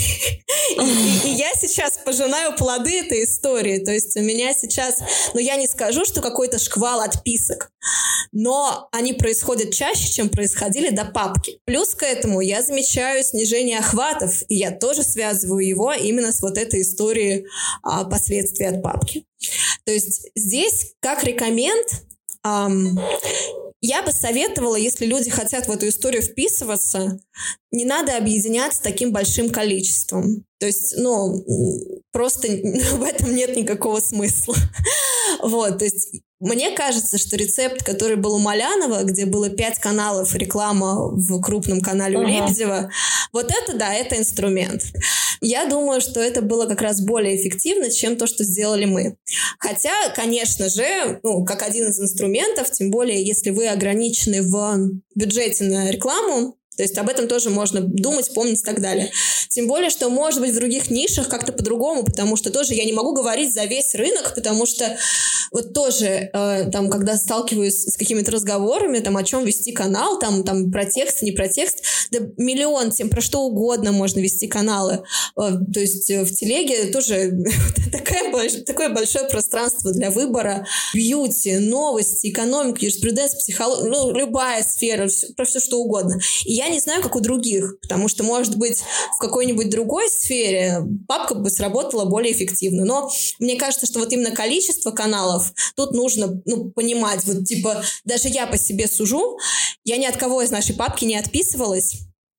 и, и я сейчас пожинаю плоды этой истории. То есть у меня сейчас, ну я не скажу, что какой-то шквал отписок, но они происходят чаще, чем происходили до папки. Плюс к этому я замечаю снижение охватов, и я тоже связываю его именно с вот этой историей а, последствий от папки. То есть здесь, как рекоменд, ам, я бы советовала, если люди хотят в эту историю вписываться, не надо объединяться таким большим количеством. То есть, ну, просто в этом нет никакого смысла. Вот, то есть мне кажется, что рецепт, который был у Малянова, где было пять каналов, реклама в крупном канале у Лебедева, вот это, да, это инструмент. Я думаю, что это было как раз более эффективно, чем то, что сделали мы. Хотя, конечно же, ну, как один из инструментов, тем более, если вы ограничены в бюджете на рекламу, то есть об этом тоже можно думать, помнить и так далее. Тем более, что, может быть, в других нишах как-то по-другому, потому что тоже я не могу говорить за весь рынок, потому что вот тоже, э, там, когда сталкиваюсь с какими-то разговорами, там, о чем вести канал, там, там, про текст, не про текст, да миллион тем, про что угодно можно вести каналы. Э, то есть в телеге тоже такое, такое большое пространство для выбора. Бьюти, новости, экономика, юриспруденция, психология, ну, любая сфера, все, про все что угодно. И я не знаю, как у других, потому что, может быть, в какой-нибудь другой сфере папка бы сработала более эффективно. Но мне кажется, что вот именно количество каналов тут нужно, ну, понимать. Вот типа даже я по себе сужу, я ни от кого из нашей папки не отписывалась,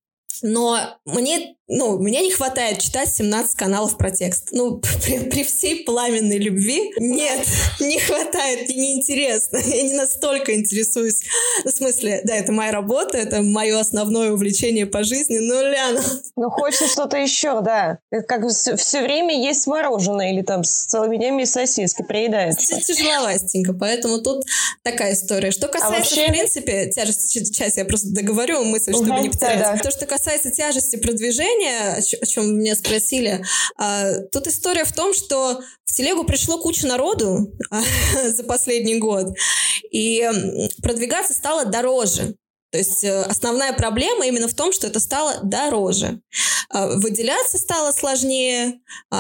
но мне, ну, мне не хватает читать семнадцать каналов про текст. Ну, при, при всей пламенной любви нет, не хватает, мне неинтересно. Я не настолько интересуюсь. Ну, в смысле, да, это моя работа, это мое основное увлечение по жизни, но, Ляна... Ну, хочется что-то еще, да. Это как все, все время есть мороженое или там с целыми днями сосиски приедается. Тяжеловастенько, поэтому тут такая история. Что касается, а вообще... в принципе, тяжести... Сейчас я просто договорю мысль, чтобы угу, не потерять. Да, да. То, что касается тяжести продвижения, о чем вы меня спросили, тут история в том, что в телегу пришло куча народу за последний год, и продвигаться стало дороже. То есть основная проблема именно в том, что это стало дороже. Выделяться стало сложнее,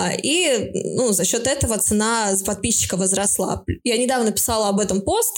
и ну, за счет этого цена подписчика возросла. Я недавно писала об этом пост,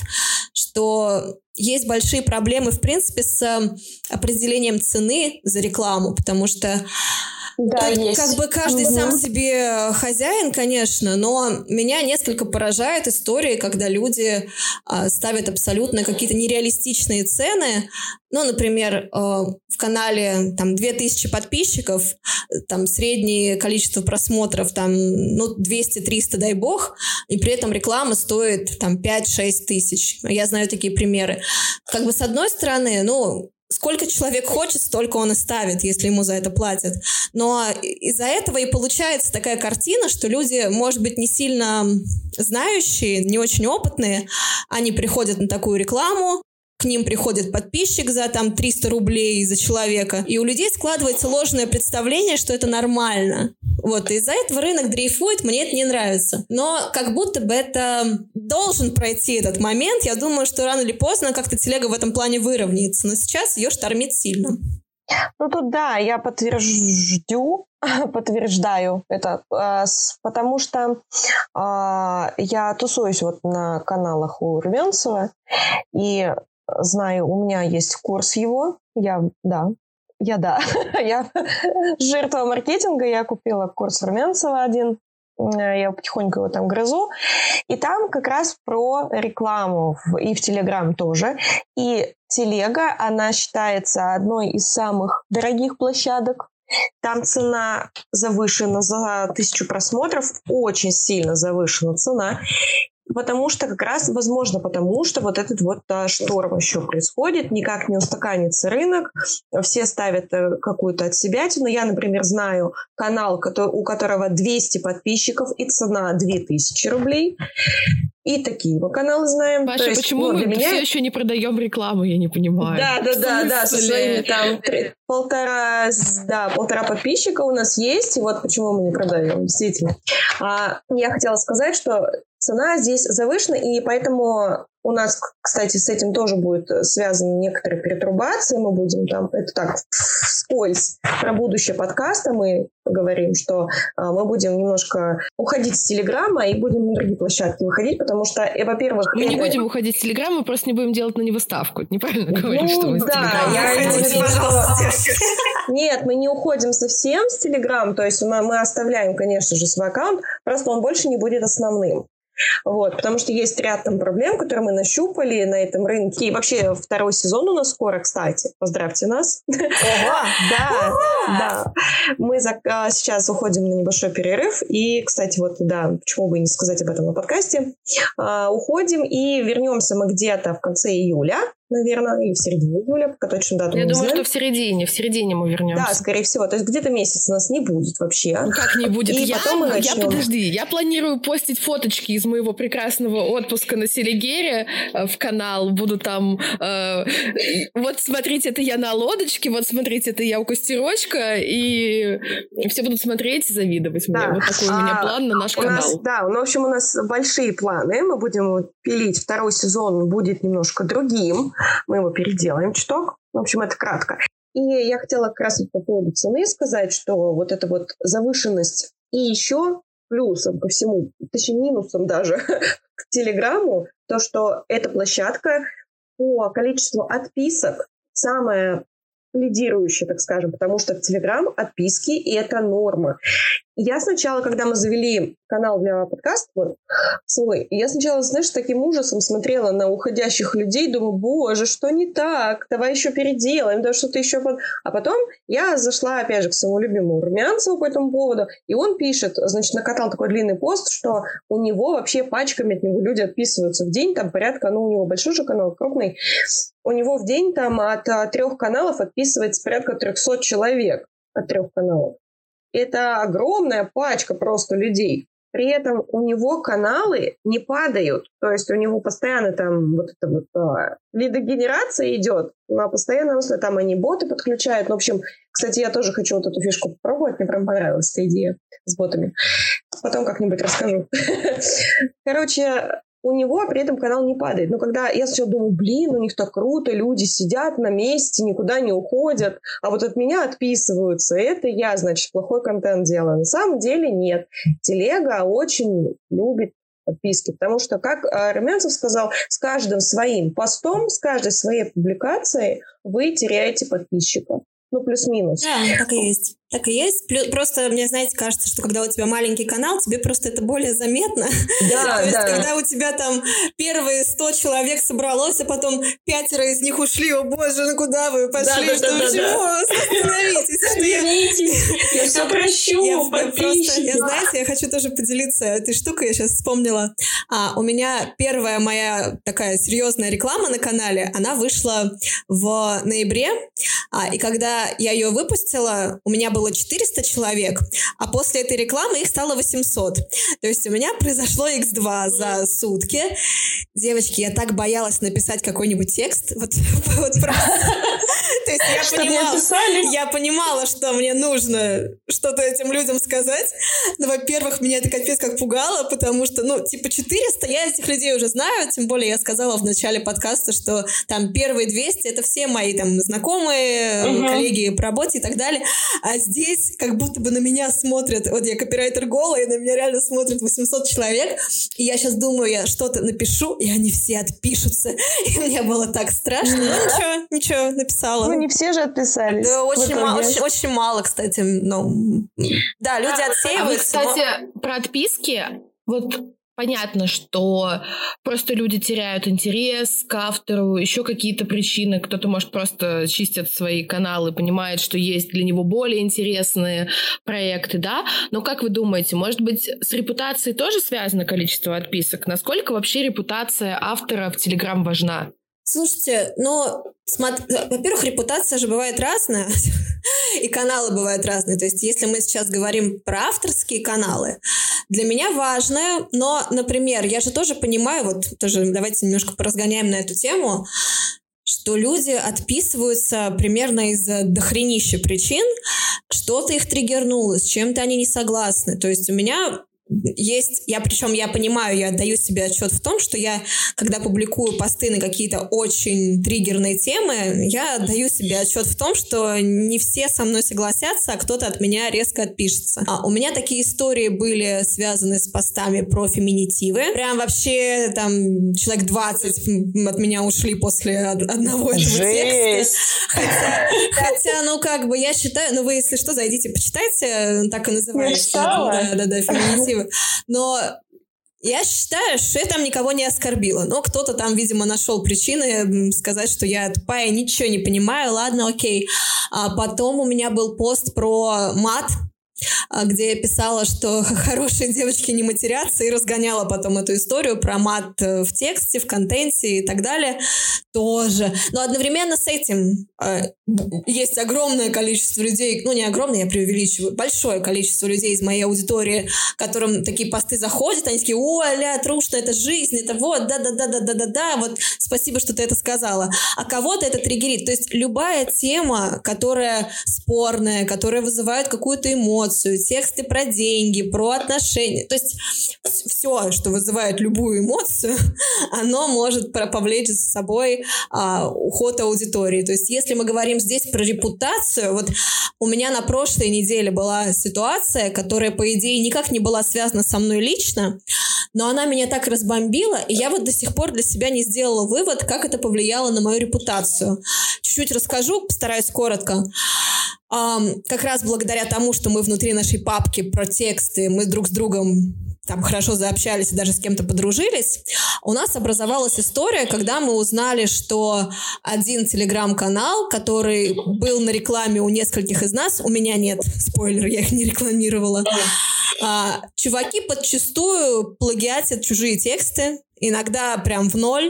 что есть большие проблемы, в принципе, с определением цены за рекламу, потому что да, есть. Как бы каждый угу. сам себе хозяин, конечно, но меня несколько поражает истории, когда люди а, ставят абсолютно какие-то нереалистичные цены. Ну, например, а, в канале там две тысячи подписчиков, там среднее количество просмотров там, ну, двести-триста, дай бог, и при этом реклама стоит там пять-шесть тысяч. Я знаю такие примеры. Как бы с одной стороны, ну, сколько человек хочет, столько он и ставит, если ему за это платят. Но из-за этого и получается такая картина, что люди, может быть, не сильно знающие, не очень опытные, они приходят на такую рекламу, к ним приходит подписчик за там триста рублей за человека, и у людей складывается ложное представление, что это нормально. Вот, и из-за этого рынок дрейфует, мне это не нравится. Но как будто бы это должен пройти этот момент. Я думаю, что рано или поздно как-то телега в этом плане выровняется, но сейчас ее штормит сильно. Ну тут да, я подтверждю, подтверждаю это, потому что я тусуюсь вот на каналах у Румянцева, и знаю, у меня есть курс его, я, да, я, да, я жертва маркетинга, я купила курс Румянцева один, я потихоньку его там грызу, и там как раз про рекламу, и в Телеграм тоже, и телега, она считается одной из самых дорогих площадок, там цена завышена за тысячу просмотров, очень сильно завышена цена, потому что как раз, возможно, потому что вот этот вот а, шторм еще происходит, никак не устаканится рынок, все ставят а, какую-то отсебятину. Я, например, знаю канал, который, у которого двести подписчиков и цена две тысячи рублей. И такие мы каналы знаем. Паша, есть, почему ну, мы меня... все еще не продаем рекламу, я не понимаю. Да, да, да, да, со своими там три, полтора, да, полтора подписчика у нас есть, и вот почему мы не продаем, действительно. А, я хотела сказать, что цена здесь завышена, и поэтому у нас, кстати, с этим тоже будет связаны некоторые перетрубации. Мы будем там, это так, вскользь про будущее подкаста мы говорим, что а, мы будем немножко уходить с Телеграма и будем на другие площадки выходить, потому что, э, во-первых... Мы это... не будем уходить с Телеграма, мы просто не будем делать на него ставку. Это неправильно говорю, ну, что мы да, с Телеграма. Я имею в виду, что... Нет, мы не уходим совсем с Телеграм, то есть мы, мы оставляем, конечно же, свой аккаунт, просто он больше не будет основным. Вот, потому что есть ряд там проблем, которые мы нащупали на этом рынке. И вообще второй сезон у нас скоро, кстати. Поздравьте нас. Да, да. Мы сейчас уходим на небольшой перерыв. И, кстати, вот, да, почему бы и не сказать об этом на подкасте. Уходим и вернемся мы где-то в конце июля, наверное, или в середине июля, пока точно дату Я не думаю, знаем. что в середине, в середине мы вернемся. Да, скорее всего. То есть где-то месяц нас не будет вообще. Ну как не будет? И я, потом мы я, начнем. подожди, я планирую постить фоточки из моего прекрасного отпуска на Селигере э, в канал. Буду там... Э, вот смотрите, это я на лодочке, вот смотрите, это я у костерочка, и все будут смотреть и завидовать мне. Да. Вот такой у меня план на наш у канал. Нас, да, ну, в общем, у нас большие планы. Мы будем пилить. Второй сезон будет немножко другим. Мы его переделаем чуток. В общем, это кратко. И я хотела как раз по поводу цены сказать, что вот эта вот завышенность и еще плюсом ко всему, точнее минусом даже к Телеграму, то, что эта площадка по количеству отписок самая лидирующая, так скажем, потому что в Телеграм отписки – это норма. Я сначала, когда мы завели канал для подкаста, вот, свой, я сначала, знаешь, с таким ужасом смотрела на уходящих людей, думаю, боже, что не так, давай еще переделаем, да что-то еще. А потом я зашла, опять же, к своему любимому Румянцеву по этому поводу, и он пишет, значит, накатал такой длинный пост, что у него вообще пачками от него люди отписываются в день, там порядка, ну, у него большой же канал, крупный, у него в день там от, от трех каналов отписывается порядка трехсот человек от трех каналов. Это огромная пачка просто людей. При этом у него каналы не падают. То есть у него постоянно там вот эта вот а, лидогенерация идет. На постоянном, если там они боты подключают. Ну, в общем, кстати, я тоже хочу вот эту фишку попробовать. Мне прям понравилась эта идея с ботами. Потом как-нибудь расскажу. Короче... У него при этом канал не падает. Но когда я сначала думаю, блин, у них так круто, люди сидят на месте, никуда не уходят, а вот от меня отписываются. Это я, значит, плохой контент делаю. На самом деле нет. Телега очень любит подписки, потому что, как Румянцев сказал, с каждым своим постом, с каждой своей публикацией вы теряете подписчика. Ну, плюс-минус. Да, так и есть. Так и есть. Плюс, просто, мне, знаете, кажется, что когда у тебя маленький канал, тебе просто это более заметно. Да, То есть, да. когда у тебя там первые сто человек собралось, а потом пятеро из них ушли, о боже, ну куда вы пошли? Да, что да, да, почему? да. Остановитесь. Извините, я все прощу, Я, подписчики. просто, я, знаете, я хочу тоже поделиться этой штукой, я сейчас вспомнила. А, у меня первая моя такая серьезная реклама на канале, она вышла в ноябре, а, и когда я ее выпустила, у меня было четыреста человек, а после этой рекламы их стало восемьсот. То есть у меня произошло икс два за сутки. Девочки, я так боялась написать какой-нибудь текст. Вот, вот просто. То есть я понимала, я понимала, что мне нужно что-то этим людям сказать. Но, во-первых, меня это капец как пугало, потому что, ну, типа четыреста, я этих людей уже знаю, тем более я сказала в начале подкаста, что там первые двести — это все мои там знакомые, uh-huh. коллеги по работе и так далее. А здесь как будто бы на меня смотрят, вот я копирайтер голая, и на меня реально смотрят восемьсот человек, и я сейчас думаю, я что-то напишу, и они все отпишутся. И мне было так страшно. Ну, ничего, ничего, написала. Ну, не все же отписались. Да, очень мало, очень, очень мало, кстати. Ну, да, люди а, отсеиваются. А вы, кстати, но... про отписки, вот понятно, что просто люди теряют интерес к автору, еще какие-то причины. Кто-то, может, просто чистит свои каналы, понимает, что есть для него более интересные проекты, да? Но как вы думаете, может быть, с репутацией тоже связано количество отписок? Насколько вообще репутация автора в Телеграм важна? Слушайте, ну, смотри, во-первых, репутация же бывает разная, и каналы бывают разные. То есть, если мы сейчас говорим про авторские каналы, для меня важно, но, например, я же тоже понимаю, вот тоже давайте немножко поразгоняем на эту тему, что люди отписываются примерно из-за дохренища причин, что-то их триггернуло, с чем-то они не согласны. То есть у меня... Есть, я причем я понимаю, я отдаю себе отчет в том, что я, когда публикую посты на какие-то очень триггерные темы, я отдаю себе отчет в том, что не все со мной согласятся, а кто-то от меня резко отпишется. А у меня такие истории были связаны с постами про феминитивы. Прям вообще там человек двадцать от меня ушли после одного этого Жесть. текста. Хотя, хотя, ну как бы я считаю, ну вы если что, зайдите, почитайте, так и называется. Я читала. Да, да, да, феминитивы. Но Я считаю, что я там никого не оскорбила. Но кто-то там, видимо, нашел причины сказать, что я тупая, ничего не понимаю. Ладно, окей. А потом у меня был пост про мат, где я писала, что хорошие девочки не матерятся, и разгоняла потом эту историю про мат в тексте, в контенте и так далее. Тоже. Но одновременно с этим э, есть огромное количество людей, ну не огромное, я преувеличиваю, большое количество людей из моей аудитории, которым такие посты заходят, они такие: о, ля, трушно, это жизнь, это вот, да-да-да-да-да-да-да, вот спасибо, что ты это сказала. А кого-то это триггерит. То есть любая тема, которая спорная, которая вызывает какую-то эмоцию, тексты про деньги, про отношения, то есть все, что вызывает любую эмоцию, оно может повлечь за собой а, уход аудитории. То есть если мы говорим здесь про репутацию, вот у меня на прошлой неделе была ситуация, которая, по идее, никак не была связана со мной лично, но она меня так разбомбила, и я вот до сих пор для себя не сделала вывод, как это повлияло на мою репутацию. Чуть-чуть расскажу, постараюсь коротко. Um, как раз благодаря тому, что мы внутри нашей папки про тексты, мы друг с другом там хорошо заобщались и даже с кем-то подружились, у нас образовалась история, когда мы узнали, что один телеграм-канал, который был на рекламе у нескольких из нас, у меня нет, спойлер, я их не рекламировала, а, чуваки подчастую плагиатят чужие тексты, иногда прям в ноль.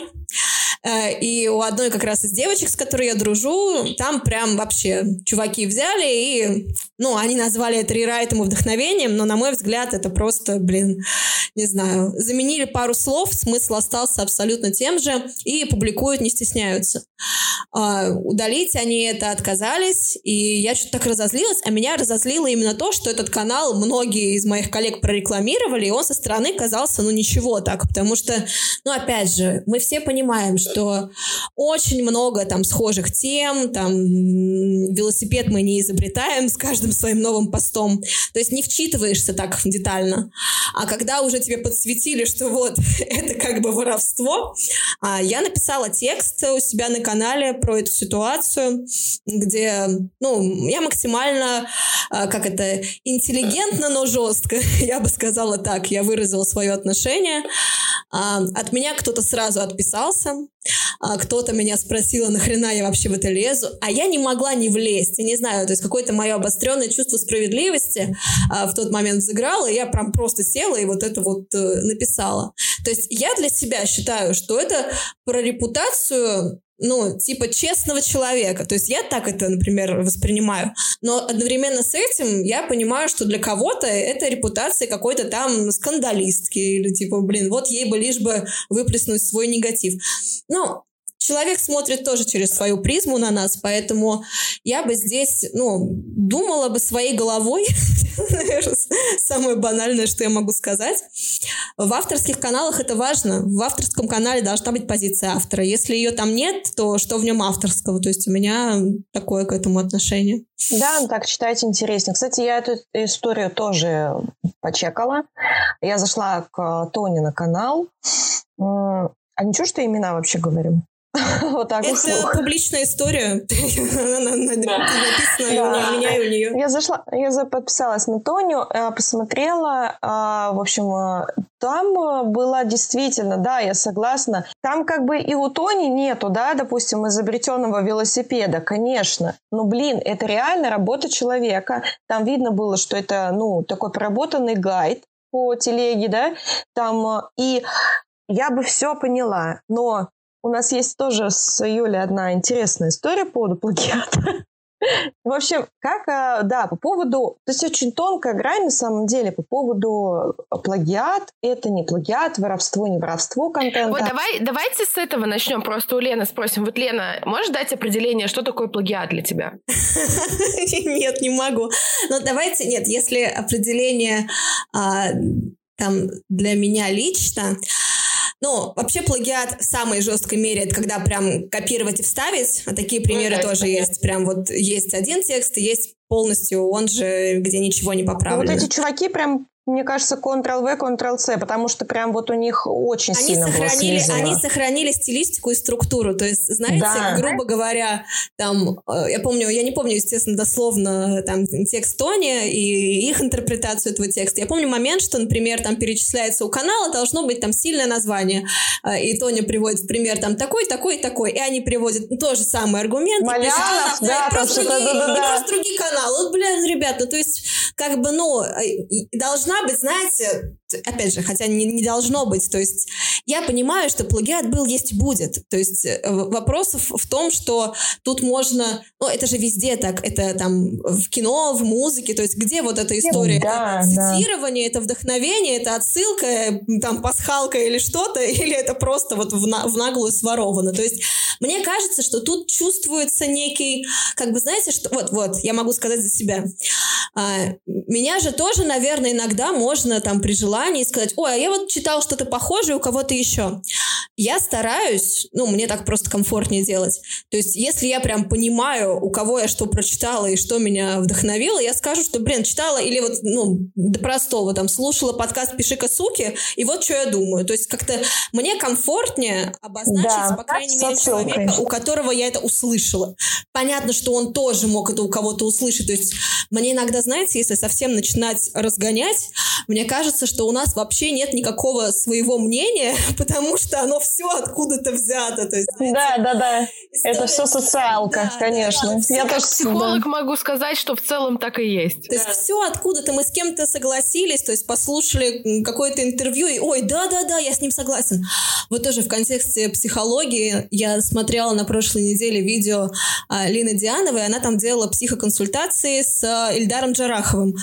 И у одной как раз из девочек, с которой я дружу, там прям вообще чуваки взяли и, ну, они назвали это рерайтом и вдохновением, но, на мой взгляд, это просто, блин, не знаю, заменили пару слов, смысл остался абсолютно тем же, и публикуют, не стесняются. А, удалить они это отказались, и я что-то так разозлилась, а меня разозлило именно то, что этот канал многие из моих коллег прорекламировали, и он со стороны казался, ну, ничего так, потому что, ну, опять же, мы все понимаем, что что очень много там схожих тем, там велосипед мы не изобретаем с каждым своим новым постом, то есть не вчитываешься так детально. А когда уже тебе подсветили, что вот это как бы воровство, я написала текст у себя на канале про эту ситуацию, где, ну, я максимально, как это, интеллигентно, но жестко, я бы сказала так, я выразила свое отношение. От меня кто-то сразу отписался, кто-то меня спросил, нахрена я вообще в это лезу, а я не могла не влезть, я не знаю, то есть какое-то мое обостренное чувство справедливости в тот момент взыграло, и я прям просто села и вот это вот написала. То есть я для себя считаю, что это про репутацию, ну, типа честного человека. То есть я так это, например, воспринимаю. Но одновременно с этим я понимаю, что для кого-то это репутация какой-то там скандалистки или типа, блин, вот ей бы лишь бы выплеснуть свой негатив. Ну, человек смотрит тоже через свою призму на нас, поэтому я бы здесь, ну, думала бы своей головой, наверное, самое банальное, что я могу сказать. В авторских каналах это важно. В авторском канале должна быть позиция автора. Если ее там нет, то что в нем авторского? То есть у меня такое к этому отношение. Да, ну так читать интереснее. Кстати, я эту историю тоже почекала. Я зашла к Тоне на канал. А ничего, что имена вообще говорим? Вот так это вслух. Публичная история. Она написана и у меня, и у нее. Я зашла, я подписалась на Тоню, посмотрела. В общем, там была действительно, да, я согласна. Там как бы и у Тони нету, да, допустим, изобретенного велосипеда, конечно. Но, блин, это реально работа человека. Там видно было, что это, ну, такой проработанный гайд по телеге, да. Там и я бы все поняла, но у нас есть тоже с Юлей одна интересная история по поводу плагиата. В общем, как, да, по поводу... То есть очень тонкая грань на самом деле по поводу плагиат. Это не плагиат, воровство, не воровство контента. Вот давай, давайте с этого начнем. Просто у Лены спросим. Вот, Лена, можешь дать определение, что такое плагиат для тебя? Нет, не могу. Но давайте... Нет, если определение там для меня лично... Ну, вообще плагиат в самой жесткой мере, это когда прям копировать и вставить, а такие примеры ну, да, тоже понятно. Есть. Прям вот есть один текст, и есть полностью он же, где ничего не поправлено. Вот эти чуваки прям Мне кажется, контрол-В, контрол-С, потому что прям вот у них очень они сильно было слизано. Они сохранили стилистику и структуру. То есть, знаете, да. грубо говоря, там, я помню, я не помню, естественно, дословно там текст Тони и их интерпретацию этого текста. Я помню момент, что, например, там перечисляется у канала, должно быть там сильное название. И Тоня приводит в пример там такой, такой, такой. И они приводят тот же самый аргумент. Малянов, и, да, просто другие, да, да, да. просто другие каналы. Вот, блядь, ребят, ну, то есть, как бы, ну, должна быть, знаете, опять же, хотя не, не должно быть, то есть я понимаю, что плагиат был, есть и будет, то есть вопросов в том, что тут можно, ну, это же везде так, это там в кино, в музыке, то есть где вот эта история, да, это да. цитирование, это вдохновение, это отсылка, там, пасхалка или что-то, или это просто вот в, на, в наглую своровано, то есть мне кажется, что тут чувствуется некий, как бы, знаете, что, вот-вот, я могу сказать за себя, а, меня же тоже, наверное, иногда можно там при желании сказать, ой, а я вот читал что-то похожее у кого-то еще. Я стараюсь, ну, мне так просто комфортнее делать. То есть, если я прям понимаю, у кого я что прочитала и что меня вдохновило, я скажу, что, блин, читала или вот, ну, до простого, там, слушала подкаст «Пиши-ка, суки», и вот что я думаю. То есть, как-то мне комфортнее обозначить, да, по крайней мере, человека, у которого я это услышала. Понятно, что он тоже мог это у кого-то услышать. То есть, мне иногда, знаете, если совсем начинать разгонять, мне кажется, что у нас вообще нет никакого своего мнения, потому что оно все откуда-то взято. То есть, знаете, да, да, да. Это все социалка, да, конечно. Да, я как тоже психолог да. могу сказать, что в целом так и есть. То есть все откуда-то мы с кем-то согласились, то есть послушали какое-то интервью и ой, да-да-да, я с ним согласен. Вот тоже в контексте психологии я смотрела на прошлой неделе видео а, Лины Диановой, она там делала психоконсультации с а, Ильдаром Джараховым.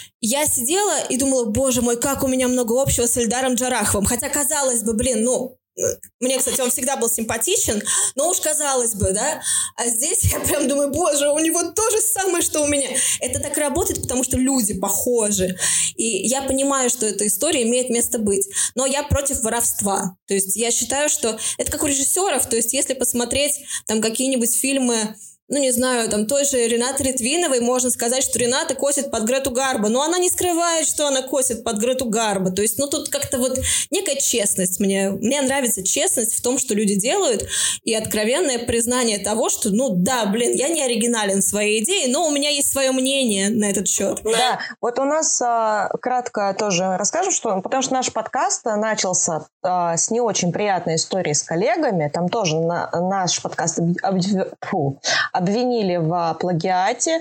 Я сидела и думала, боже мой, как у меня много общего с Ильдаром Джараховым. Хотя, казалось бы, блин, ну, мне, кстати, он всегда был симпатичен, но уж казалось бы, да. А здесь я прям думаю, боже, у него то же самое, что у меня. Это так работает, потому что люди похожи. И я понимаю, что эта история имеет место быть. Но я против воровства. То есть я считаю, что это как у режиссеров. То есть если посмотреть там какие-нибудь фильмы, ну, не знаю, там, той же Ренаты Литвиновой можно сказать, что Рената косит под Грету Гарбо, но она не скрывает, что она косит под Грету Гарбо. То есть, ну, тут как-то вот некая честность. Мне, мне нравится честность в том, что люди делают, и откровенное признание того, что, ну, да, блин, я не оригинален в своей идее, но у меня есть свое мнение на этот счет. Да, вот у нас а, кратко тоже расскажем, что, потому что наш подкаст начался а, с не очень приятной истории с коллегами, там тоже на, наш подкаст об, об, фу, обвинили в плагиате.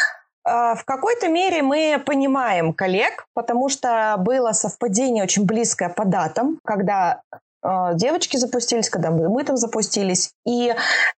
В какой-то мере мы понимаем коллег, потому что было совпадение очень близкое по датам, когда девочки запустились, когда мы там запустились. И,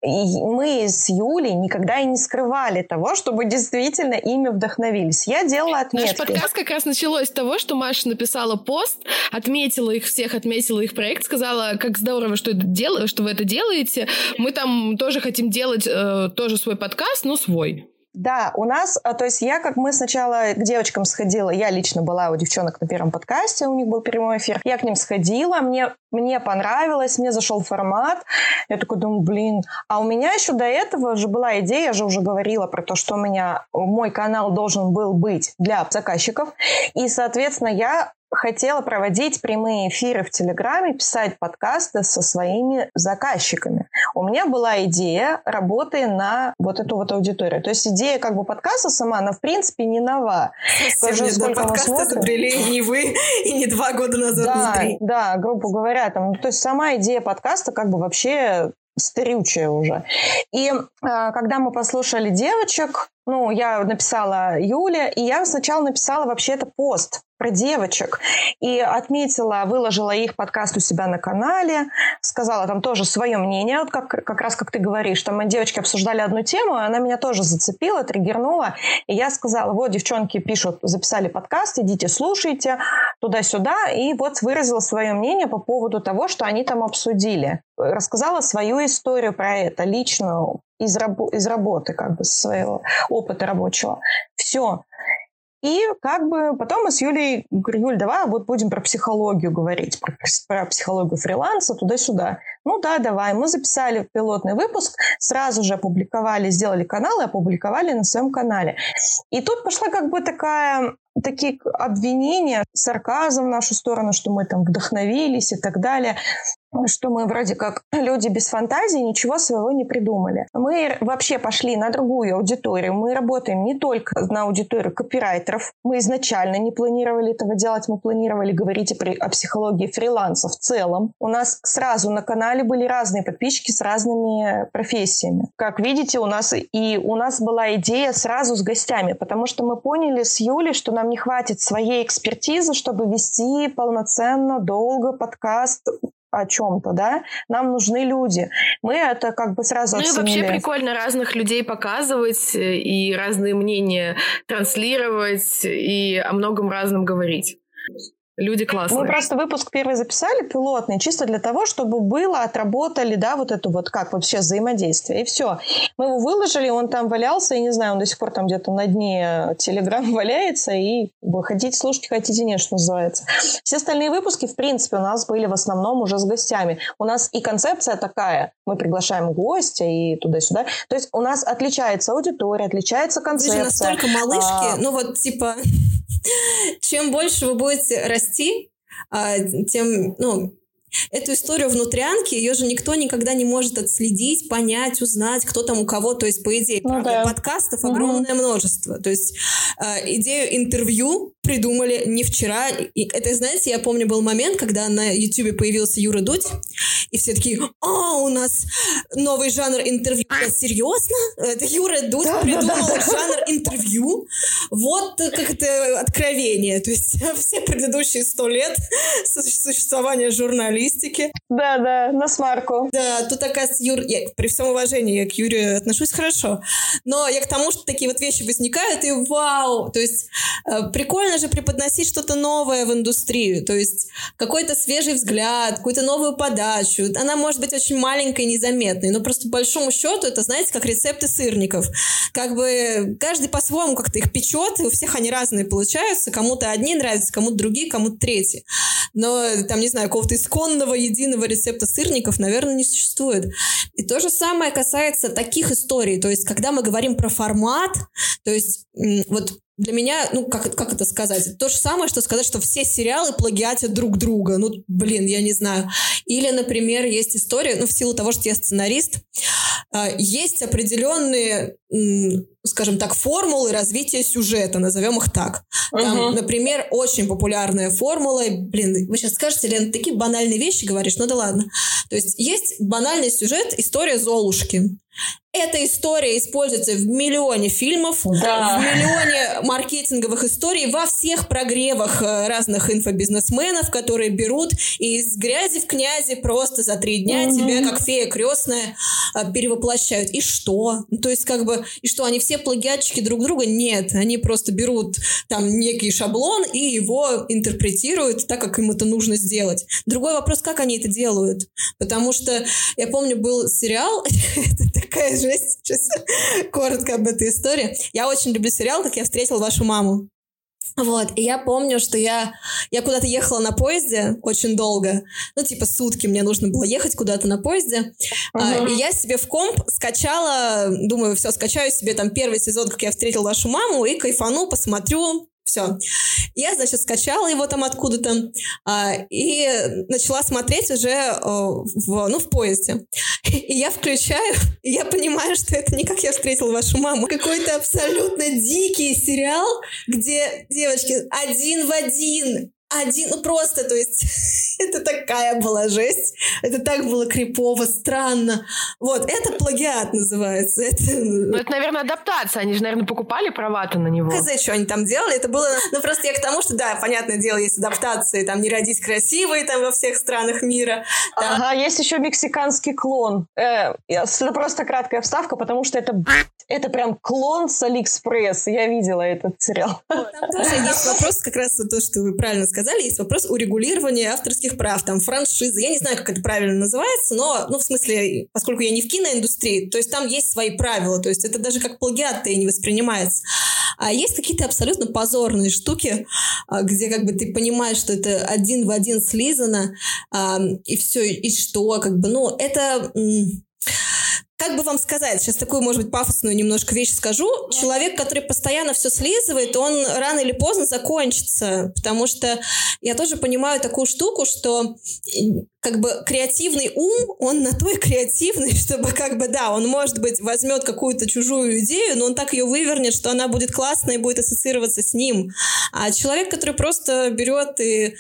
и мы с Юлей никогда и не скрывали того, чтобы действительно ими вдохновились. Я делала отметки. Наш подкаст как раз началось с того, что Маша написала пост, отметила их всех, отметила их проект, сказала, как здорово, что, это дел... что вы это делаете. Мы там тоже хотим делать э, тоже свой подкаст, но свой. Да, у нас, то есть я, как мы сначала к девочкам сходила, я лично была у девчонок на первом подкасте, у них был прямой эфир, я к ним сходила, мне, мне понравилось, мне зашел формат, я такой думаю, блин, а у меня еще до этого же была идея, я же уже говорила про то, что у меня мой канал должен был быть для заказчиков, и, соответственно, я хотела проводить прямые эфиры в Телеграме, писать подкасты со своими заказчиками. У меня была идея работы на вот эту вот аудиторию. То есть идея как бы подкаста сама, она в принципе не нова. Совсем не подкаст изобрели не вы и не два года назад. Да, да, грубо говоря. Там, то есть сама идея подкаста как бы вообще старючая уже. И э, когда мы послушали девочек, ну, я написала Юле, и я сначала написала вообще-то пост про девочек. И отметила, выложила их подкаст у себя на канале, сказала там тоже свое мнение, вот как, как раз как ты говоришь, там мы девочки обсуждали одну тему, и она меня тоже зацепила, триггернула, и я сказала, вот девчонки пишут, записали подкаст, идите слушайте, туда-сюда, и вот выразила свое мнение по поводу того, что они там обсудили. Рассказала свою историю про это, личную, из, рабо- из работы, как бы, своего опыта рабочего. Все. И как бы потом мы с Юлей говорю, Юль, давай вот будем про психологию говорить, про, про психологию фриланса, туда-сюда. Ну да, давай. Мы записали пилотный выпуск, сразу же опубликовали, сделали канал и опубликовали на своем канале. И тут пошла как бы такая такие обвинения, сарказм в нашу сторону, что мы там вдохновились и так далее, что мы вроде как люди без фантазии, ничего своего не придумали. Мы вообще пошли на другую аудиторию. Мы работаем не только на аудиторию копирайтеров. Мы изначально не планировали этого делать. Мы планировали говорить о психологии фриланса в целом. У нас сразу на канале были разные подписчики с разными профессиями. Как видите, у нас и у нас была идея сразу с гостями, потому что мы поняли с Юлей, что нам не хватит своей экспертизы, чтобы вести полноценно, долго подкаст о чем-то, да, нам нужны люди. Мы это как бы сразу ну оценили. Ну и вообще прикольно разных людей показывать и разные мнения транслировать и о многом разном говорить. Люди классные. Мы просто выпуск первый записали, пилотный, чисто для того, чтобы было, отработали, да, вот эту вот, как вообще взаимодействие, и все. Мы его выложили, он там валялся, я не знаю, он до сих пор там где-то на дне Телеграм валяется, и вы хотите слушать, хотите нет, что называется. Все остальные выпуски, в принципе, у нас были в основном уже с гостями. У нас и концепция такая, мы приглашаем гостя и туда-сюда. То есть у нас отличается аудитория, отличается концепция. Вы же настолько малышки, а... ну вот типа... Чем больше вы будете расти, тем, ну, эту историю внутрянки, ее же никто никогда не может отследить, понять, узнать, кто там у кого. То есть, по идее, ну, да. подкастов огромное mm-hmm. множество. То есть, э, идею интервью придумали не вчера. И это, знаете, я помню, был момент, когда на Ютубе появился Юра Дудь, и все такие, а, у нас новый жанр интервью. Серьезно? Это Юра Дудь да, придумал да, да. жанр интервью? Вот как это откровение. То есть, все предыдущие сто лет существования журналистики. Да, да, на смарку. Да, тут, оказывается, Юр... Я, при всем уважении я к Юре отношусь хорошо, но я к тому, что такие вот вещи возникают, и вау! То есть э, прикольно же преподносить что-то новое в индустрию, то есть какой-то свежий взгляд, какую-то новую подачу. Она может быть очень маленькой, незаметной, но просто по большому счету это, знаете, как рецепты сырников. Как бы каждый по-своему как-то их печет, и у всех они разные получаются. Кому-то одни нравятся, кому-то другие, кому-то третьи. Но там, не знаю, какого-то исконного единого рецепта сырников, наверное, не существует. И то же самое касается таких историй. То есть, когда мы говорим про формат, то есть, вот для меня, ну, как, как это сказать? Это то же самое, что сказать, что все сериалы плагиатят друг друга. Ну, блин, я не знаю. Или, например, есть история, ну, в силу того, что я сценарист, есть определенные, скажем так, формулы развития сюжета, назовем их так. Там, uh-huh. например, очень популярная формула, блин, вы сейчас скажете, Лен, такие банальные вещи говоришь, ну да ладно. То есть есть банальный сюжет, история Золушки. Эта история используется в миллионе фильмов, да. в миллионе маркетинговых историй, во всех прогревах разных инфобизнесменов, которые берут и из грязи в князи просто за три дня mm-hmm. тебя, как фея крестная, перевоплощают. И что? То есть, как бы, и что, они все плагиатчики друг друга? Нет, они просто берут там некий шаблон и его интерпретируют так, как им это нужно сделать. Другой вопрос, как они это делают? Потому что, я помню, был сериал, это такая жесть, сейчас коротко об этой истории. Я очень люблю сериал «Как я встретил вашу маму». Вот, и я помню, что я, я куда-то ехала на поезде очень долго, ну, типа сутки мне нужно было ехать куда-то на поезде, uh-huh. а, и я себе в комп скачала, думаю, все, скачаю себе там первый сезон «Как я встретил вашу маму» и кайфану, посмотрю. Все. Я, значит, скачала его там откуда-то а, и начала смотреть уже а, в, ну, в поезде. И я включаю, и я понимаю, что это не «Как я встретила вашу маму». Какой-то абсолютно дикий сериал, где девочки один в один... Один, ну просто, то есть, это такая была жесть, это так было крипово, странно. Вот, это плагиат называется. Это, ну, это, наверное, адаптация. Они же, наверное, покупали права-то на него. Хз, что они там делали, это было... Ну, просто я к тому, что, да, понятное дело, есть адаптации, там, «Не родись красивой», там, во всех странах мира. Там. Ага, есть еще мексиканский клон. Э, это просто краткая вставка, потому что это, это прям клон с Алиэкспресс. Я видела этот сериал. Там тоже есть вопрос, как раз то, что вы правильно сказали, есть вопрос урегулирования авторских прав, там, франшизы. Я не знаю, как это правильно называется, но, ну, в смысле, поскольку я не в киноиндустрии, то есть там есть свои правила, то есть это даже как плагиат-то и не воспринимается. А есть какие-то абсолютно позорные штуки, где как бы ты понимаешь, что это один в один слизано, и все, и что, как бы, ну, это... Как бы бы вам сказать, сейчас такую, может быть, пафосную немножко вещь скажу. Человек, который постоянно все слизывает, он рано или поздно закончится, потому что я тоже понимаю такую штуку, что как бы креативный ум, он на то и креативный, чтобы как бы, да, он, может быть, возьмет какую-то чужую идею, но он так ее вывернет, что она будет классной и будет ассоциироваться с ним. А человек, который просто берет и,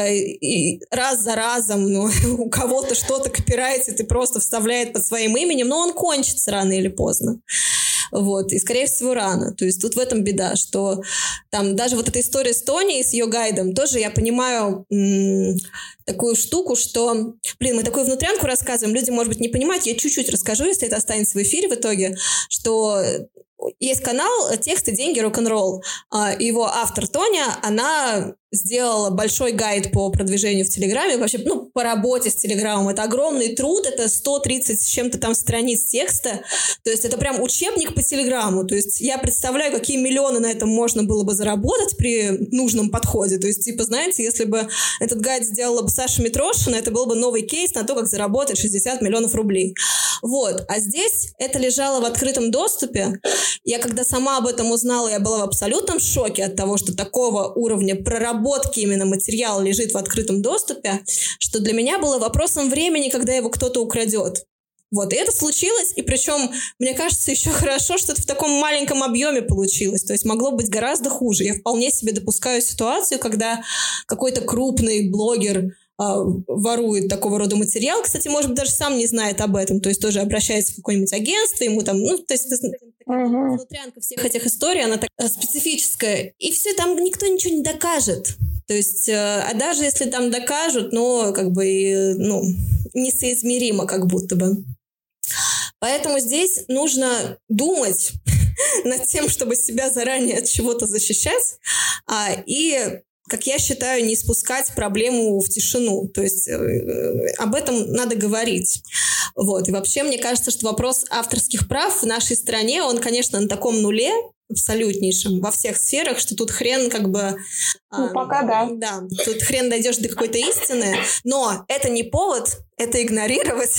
и раз за разом, ну, у кого-то что-то копирайтит и просто вставляет под своим именем, но он кончится рано или поздно. Вот, и, скорее всего, рано. То есть тут в этом беда, что там даже вот эта история с Тони, с ее гайдом, тоже я понимаю м- такую штуку, что, блин, мы такую внутрянку рассказываем, люди, может быть, не понимают, я чуть-чуть расскажу, если это останется в эфире в итоге, что есть канал «Тексты, деньги, рок-н-ролл». Его автор Тоня, она сделала большой гайд по продвижению в Телеграме, вообще, ну, по работе с Телеграмом. Это огромный труд, это сто тридцать с чем-то там страниц текста, то есть это прям учебник по Телеграму, то есть я представляю, какие миллионы на этом можно было бы заработать при нужном подходе, то есть, типа, знаете, если бы этот гайд сделала бы Саша Митрошина, это был бы новый кейс на то, как заработать шестьдесят миллионов рублей. Вот, а здесь это лежало в открытом доступе. Я когда сама об этом узнала, я была в абсолютном шоке от того, что такого уровня проработки именно материал лежит в открытом доступе, что для меня было вопросом времени, когда его кто-то украдет. Вот, и это случилось, и причем, мне кажется, еще хорошо, что это в таком маленьком объеме получилось, то есть могло быть гораздо хуже. Я вполне себе допускаю ситуацию, когда какой-то крупный блогер ворует такого рода материал, кстати, может быть, даже сам не знает об этом, то есть тоже обращается в какое-нибудь агентство, ему там, ну, то есть uh-huh. внутрянка всех этих историй, она так специфическая, и все, там никто ничего не докажет. То есть, а даже если там докажут, ну, как бы, ну, несоизмеримо как будто бы. Поэтому здесь нужно думать над тем, чтобы себя заранее от чего-то защищать, а, и как я считаю, не спускать проблему в тишину. То есть э, об этом надо говорить. Вот. И вообще, мне кажется, что вопрос авторских прав в нашей стране, он, конечно, на таком нуле абсолютнейшем во всех сферах, что тут хрен как бы... Ну, а, пока да. Да, тут хрен дойдешь до какой-то истины, но это не повод это игнорировать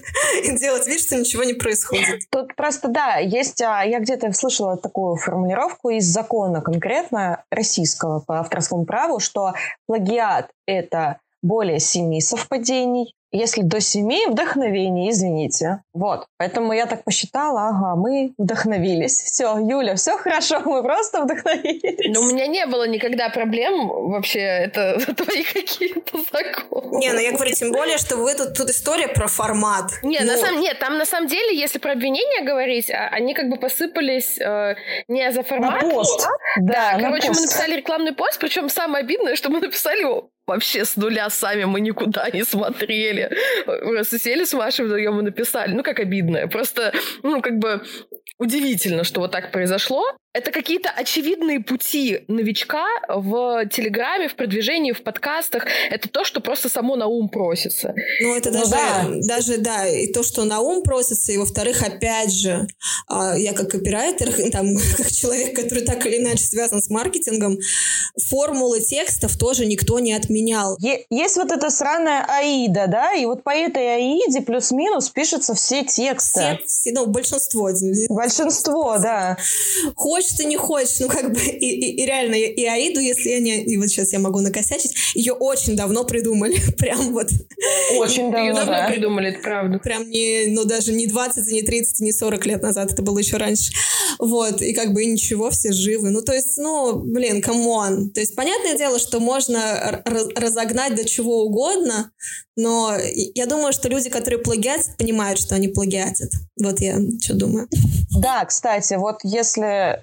и делать вид, что ничего не происходит. Тут просто, да, есть... Я где-то слышала такую формулировку из закона конкретно российского по авторскому праву, что плагиат — это более семи совпадений, если до семи вдохновений, извините. Вот. Поэтому я так посчитала, ага, мы вдохновились. Все, Юля, все хорошо, мы просто вдохновились. Но у меня не было никогда проблем вообще, это твои какие-то законы. Не, ну я говорю, тем более, что вы тут, тут история про формат. Не, ну... на самом, нет, там на самом деле, если про обвинения говорить, они как бы посыпались э, не за формат. На пост. Да, да короче, пост. мы написали рекламный пост, причем самое обидное, что мы написали его вообще с нуля сами, мы никуда не смотрели. Просто сели с Машей вдвоем и написали. Ну, как обидно. Просто, ну, как бы удивительно, что вот так произошло. Это какие-то очевидные пути новичка в Телеграме, в продвижении, в подкастах. Это то, что просто само на ум просится. Ну, это даже, да. даже, да, и то, что на ум просится, и, во-вторых, опять же, я как копирайтер, там, как человек, который так или иначе связан с маркетингом, формулы текстов тоже никто не отменял. Есть вот эта сраная АИДа, да, и вот по этой АИДе плюс-минус пишутся все тексты. Все, все, ну, большинство. Большинство, да. Хочешь ты не хочешь, ну как бы и, и, и реально и Аиду, если я не, и вот сейчас я могу накосячить, ее очень давно придумали, прям вот. Очень давно, Ее давно да. придумали, это правда. Прям не, ну даже не двадцать, не тридцать, не сорок лет назад, это было еще раньше. Вот, и как бы и ничего, все живы. Ну то есть, ну, блин, камон. То есть понятное дело, что можно раз, разогнать до чего угодно, но я думаю, что люди, которые плагиатят, понимают, что они плагиатят. Вот я что думаю. Да, кстати, вот если...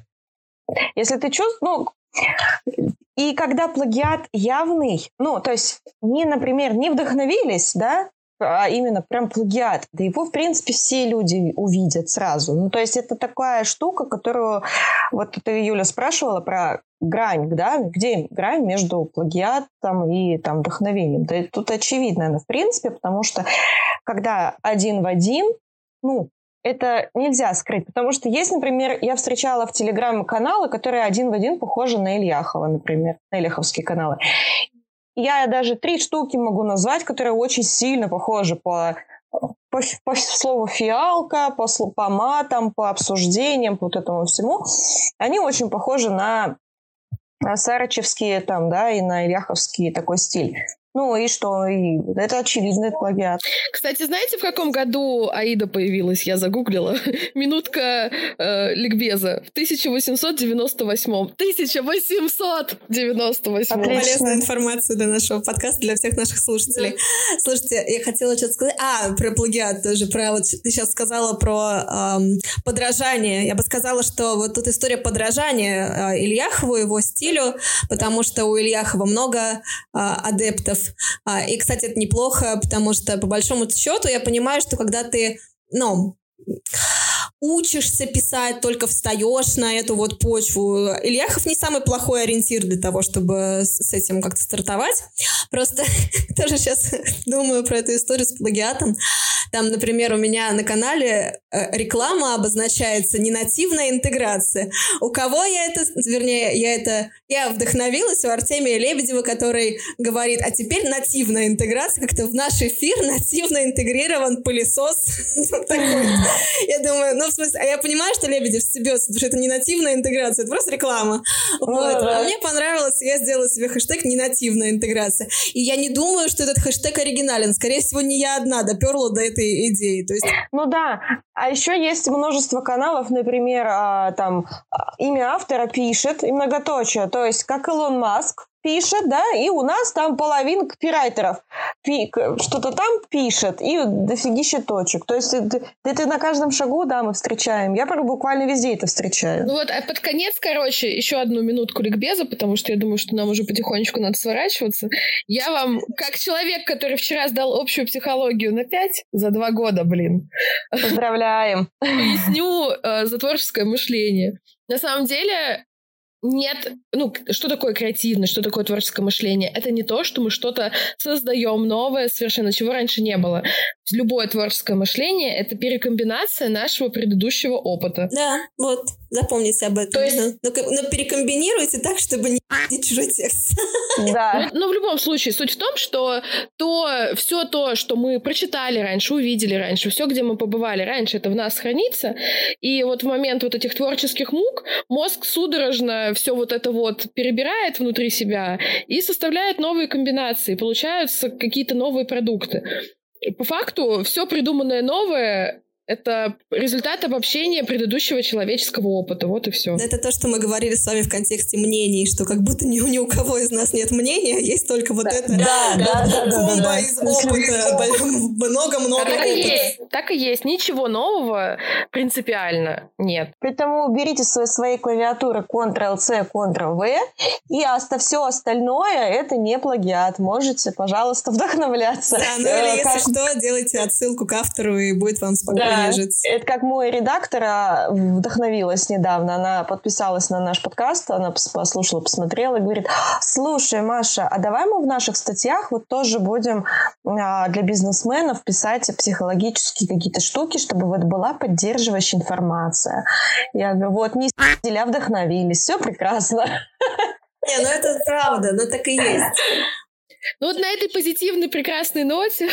Если ты чувствуешь, ну, и когда плагиат явный, ну, то есть, не, например, не вдохновились, да, а именно прям плагиат, да его, в принципе, все люди увидят сразу. Ну, то есть, это такая штука, которую, вот ты, Юля, спрашивала про грань, да, где грань между плагиатом и там вдохновением. Да, тут очевидно, она, в принципе, потому что, когда один в один, ну, это нельзя скрыть, потому что есть, например, я встречала в Телеграме каналы, которые один в один похожи на Ильяхова, например, на Ильяховские каналы. Я даже три штуки могу назвать, которые очень сильно похожи по по, по слову фиалка, по, по матам, по обсуждениям, по вот этому всему, они очень похожи на сарычевские там, да, и на ильяховский такой стиль. Ну и что? И это очевидно, это плагиат. Кстати, знаете, в каком году Аида появилась? Я загуглила. Минутка э, ликбеза. В тысяча восемьсот девяносто восьмом. тысяча восемьсот девяносто восьмом. Полезная информация для нашего подкаста, для всех наших слушателей. Да. Слушайте, я хотела что-то сказать. А, про плагиат тоже. Про, вот ты сейчас сказала про эм, подражание. Я бы сказала, что вот тут история подражания э, Ильяхову, его стилю, потому что у Ильяхова много э, адептов. И, кстати, это неплохо, потому что, по большому счету, я понимаю, что когда ты, ну, учишься писать, только встаешь на эту вот почву. Ильяхов не самый плохой ориентир для того, чтобы с этим как-то стартовать. Просто тоже сейчас думаю про эту историю с плагиатом. Там, например, у меня на канале реклама обозначается «ненативная интеграция». У кого я это... Вернее, я это... Я вдохновилась у Артемия Лебедева, который говорит, а теперь нативная интеграция. Как-то в наш эфир нативно интегрирован пылесос. Я думаю, ну, в смысле... А я понимаю, что Лебедев стебется, потому что это не нативная интеграция, это просто реклама. А мне понравилось, я сделала себе хэштег «ненативная интеграция». И я не думаю, что этот хэштег оригинален. Скорее всего, не я одна доперла до этой идеи. То есть... Ну да, а еще есть множество каналов, например, там имя автора пишет и многоточие, то есть как Илон Маск пишет, да, и у нас там половина копирайтеров пи- что-то там пишет, и дофигища точек. То есть это, это на каждом шагу, да, мы встречаем. Я буквально везде это встречаю. Ну вот, а под конец, короче, еще одну минутку ликбеза, потому что я думаю, что нам уже потихонечку надо сворачиваться. Я вам, как человек, который вчера сдал общую психологию на пять за два года, блин. Поздравляем. Поясню э, за творческое мышление. На самом деле... Нет, ну, что такое креативность, что такое творческое мышление? Это не то, что мы что-то создаем новое совершенно, чего раньше не было. Любое творческое мышление — это перекомбинация нашего предыдущего опыта. Да, вот, запомните об этом. То есть... но, но перекомбинируйте так, чтобы не видеть чужой текст. Да. Но, но в любом случае, суть в том, что то, все то, что мы прочитали раньше, увидели раньше, все, где мы побывали раньше, это в нас хранится. И вот в момент вот этих творческих мук мозг судорожно все вот это вот перебирает внутри себя и составляет новые комбинации, получаются какие-то новые продукты. По факту, все придуманное новое — это результат обобщения предыдущего человеческого опыта. Вот и все. Это то, что мы говорили с вами в контексте мнений, что как будто ни, ни у кого из нас нет мнения, есть только вот да. это да, да, да, комбо да, да, из опыта. Много-много так опыта. И есть, так и есть. Ничего нового принципиально нет. Поэтому берите свои, свои клавиатуры контрол-C, контрол-V, и оста- все остальное — это не плагиат. Можете, пожалуйста, вдохновляться. Да, ну или если что, делайте отсылку к автору, и будет вам спокойно. Да, это как мой редактор вдохновилась недавно. Она подписалась на наш подкаст, она послушала, посмотрела и говорит: слушай, Маша, а давай мы в наших статьях вот тоже будем а, для бизнесменов писать психологические какие-то штуки, чтобы вот была поддерживающая информация. Я говорю, вот, не с***ли, а вдохновились, все прекрасно. Не, ну это правда, но так и есть. Ну вот на этой позитивной, прекрасной ноте...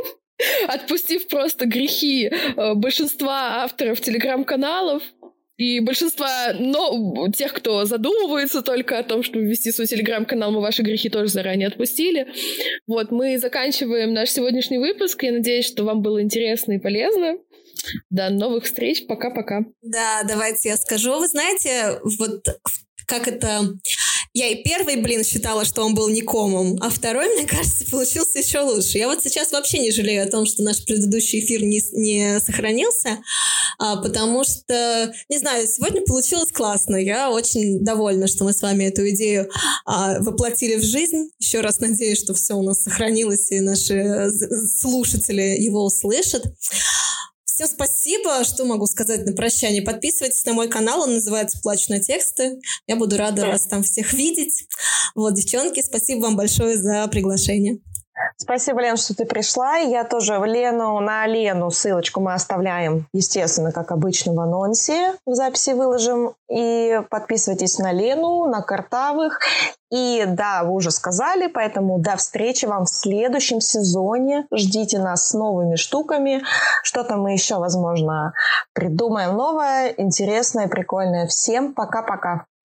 Отпустив просто грехи э, большинства авторов телеграм-каналов и большинства но, тех, кто задумывается только о том, чтобы вести свой телеграм-канал, мы ваши грехи тоже заранее отпустили. Вот, мы заканчиваем наш сегодняшний выпуск. Я надеюсь, что вам было интересно и полезно. До новых встреч. Пока-пока. Да, давайте я скажу. Вы знаете, вот как это... Я и первый, блин, считала, что он был никомом, а второй, мне кажется, получился еще лучше. Я вот сейчас вообще не жалею о том, что наш предыдущий эфир не, не сохранился, а, потому что, не знаю, сегодня получилось классно. Я очень довольна, что мы с вами эту идею а, воплотили в жизнь. Еще раз надеюсь, что все у нас сохранилось, и наши слушатели его услышат. Всем спасибо. Что могу сказать на прощание? Подписывайтесь на мой канал, он называется «Плачу на тексты». Я буду рада вас там всех видеть. Вот, девчонки, спасибо вам большое за приглашение. Спасибо, Лен, что ты пришла. Я тоже в Лену, на Лену ссылочку мы оставляем, естественно, как обычно в анонсе, в записи выложим. И подписывайтесь на Лену, на Картавых. И да, вы уже сказали, поэтому до встречи вам в следующем сезоне. Ждите нас с новыми штуками. Что-то мы еще, возможно, придумаем новое, интересное, прикольное. Всем пока-пока.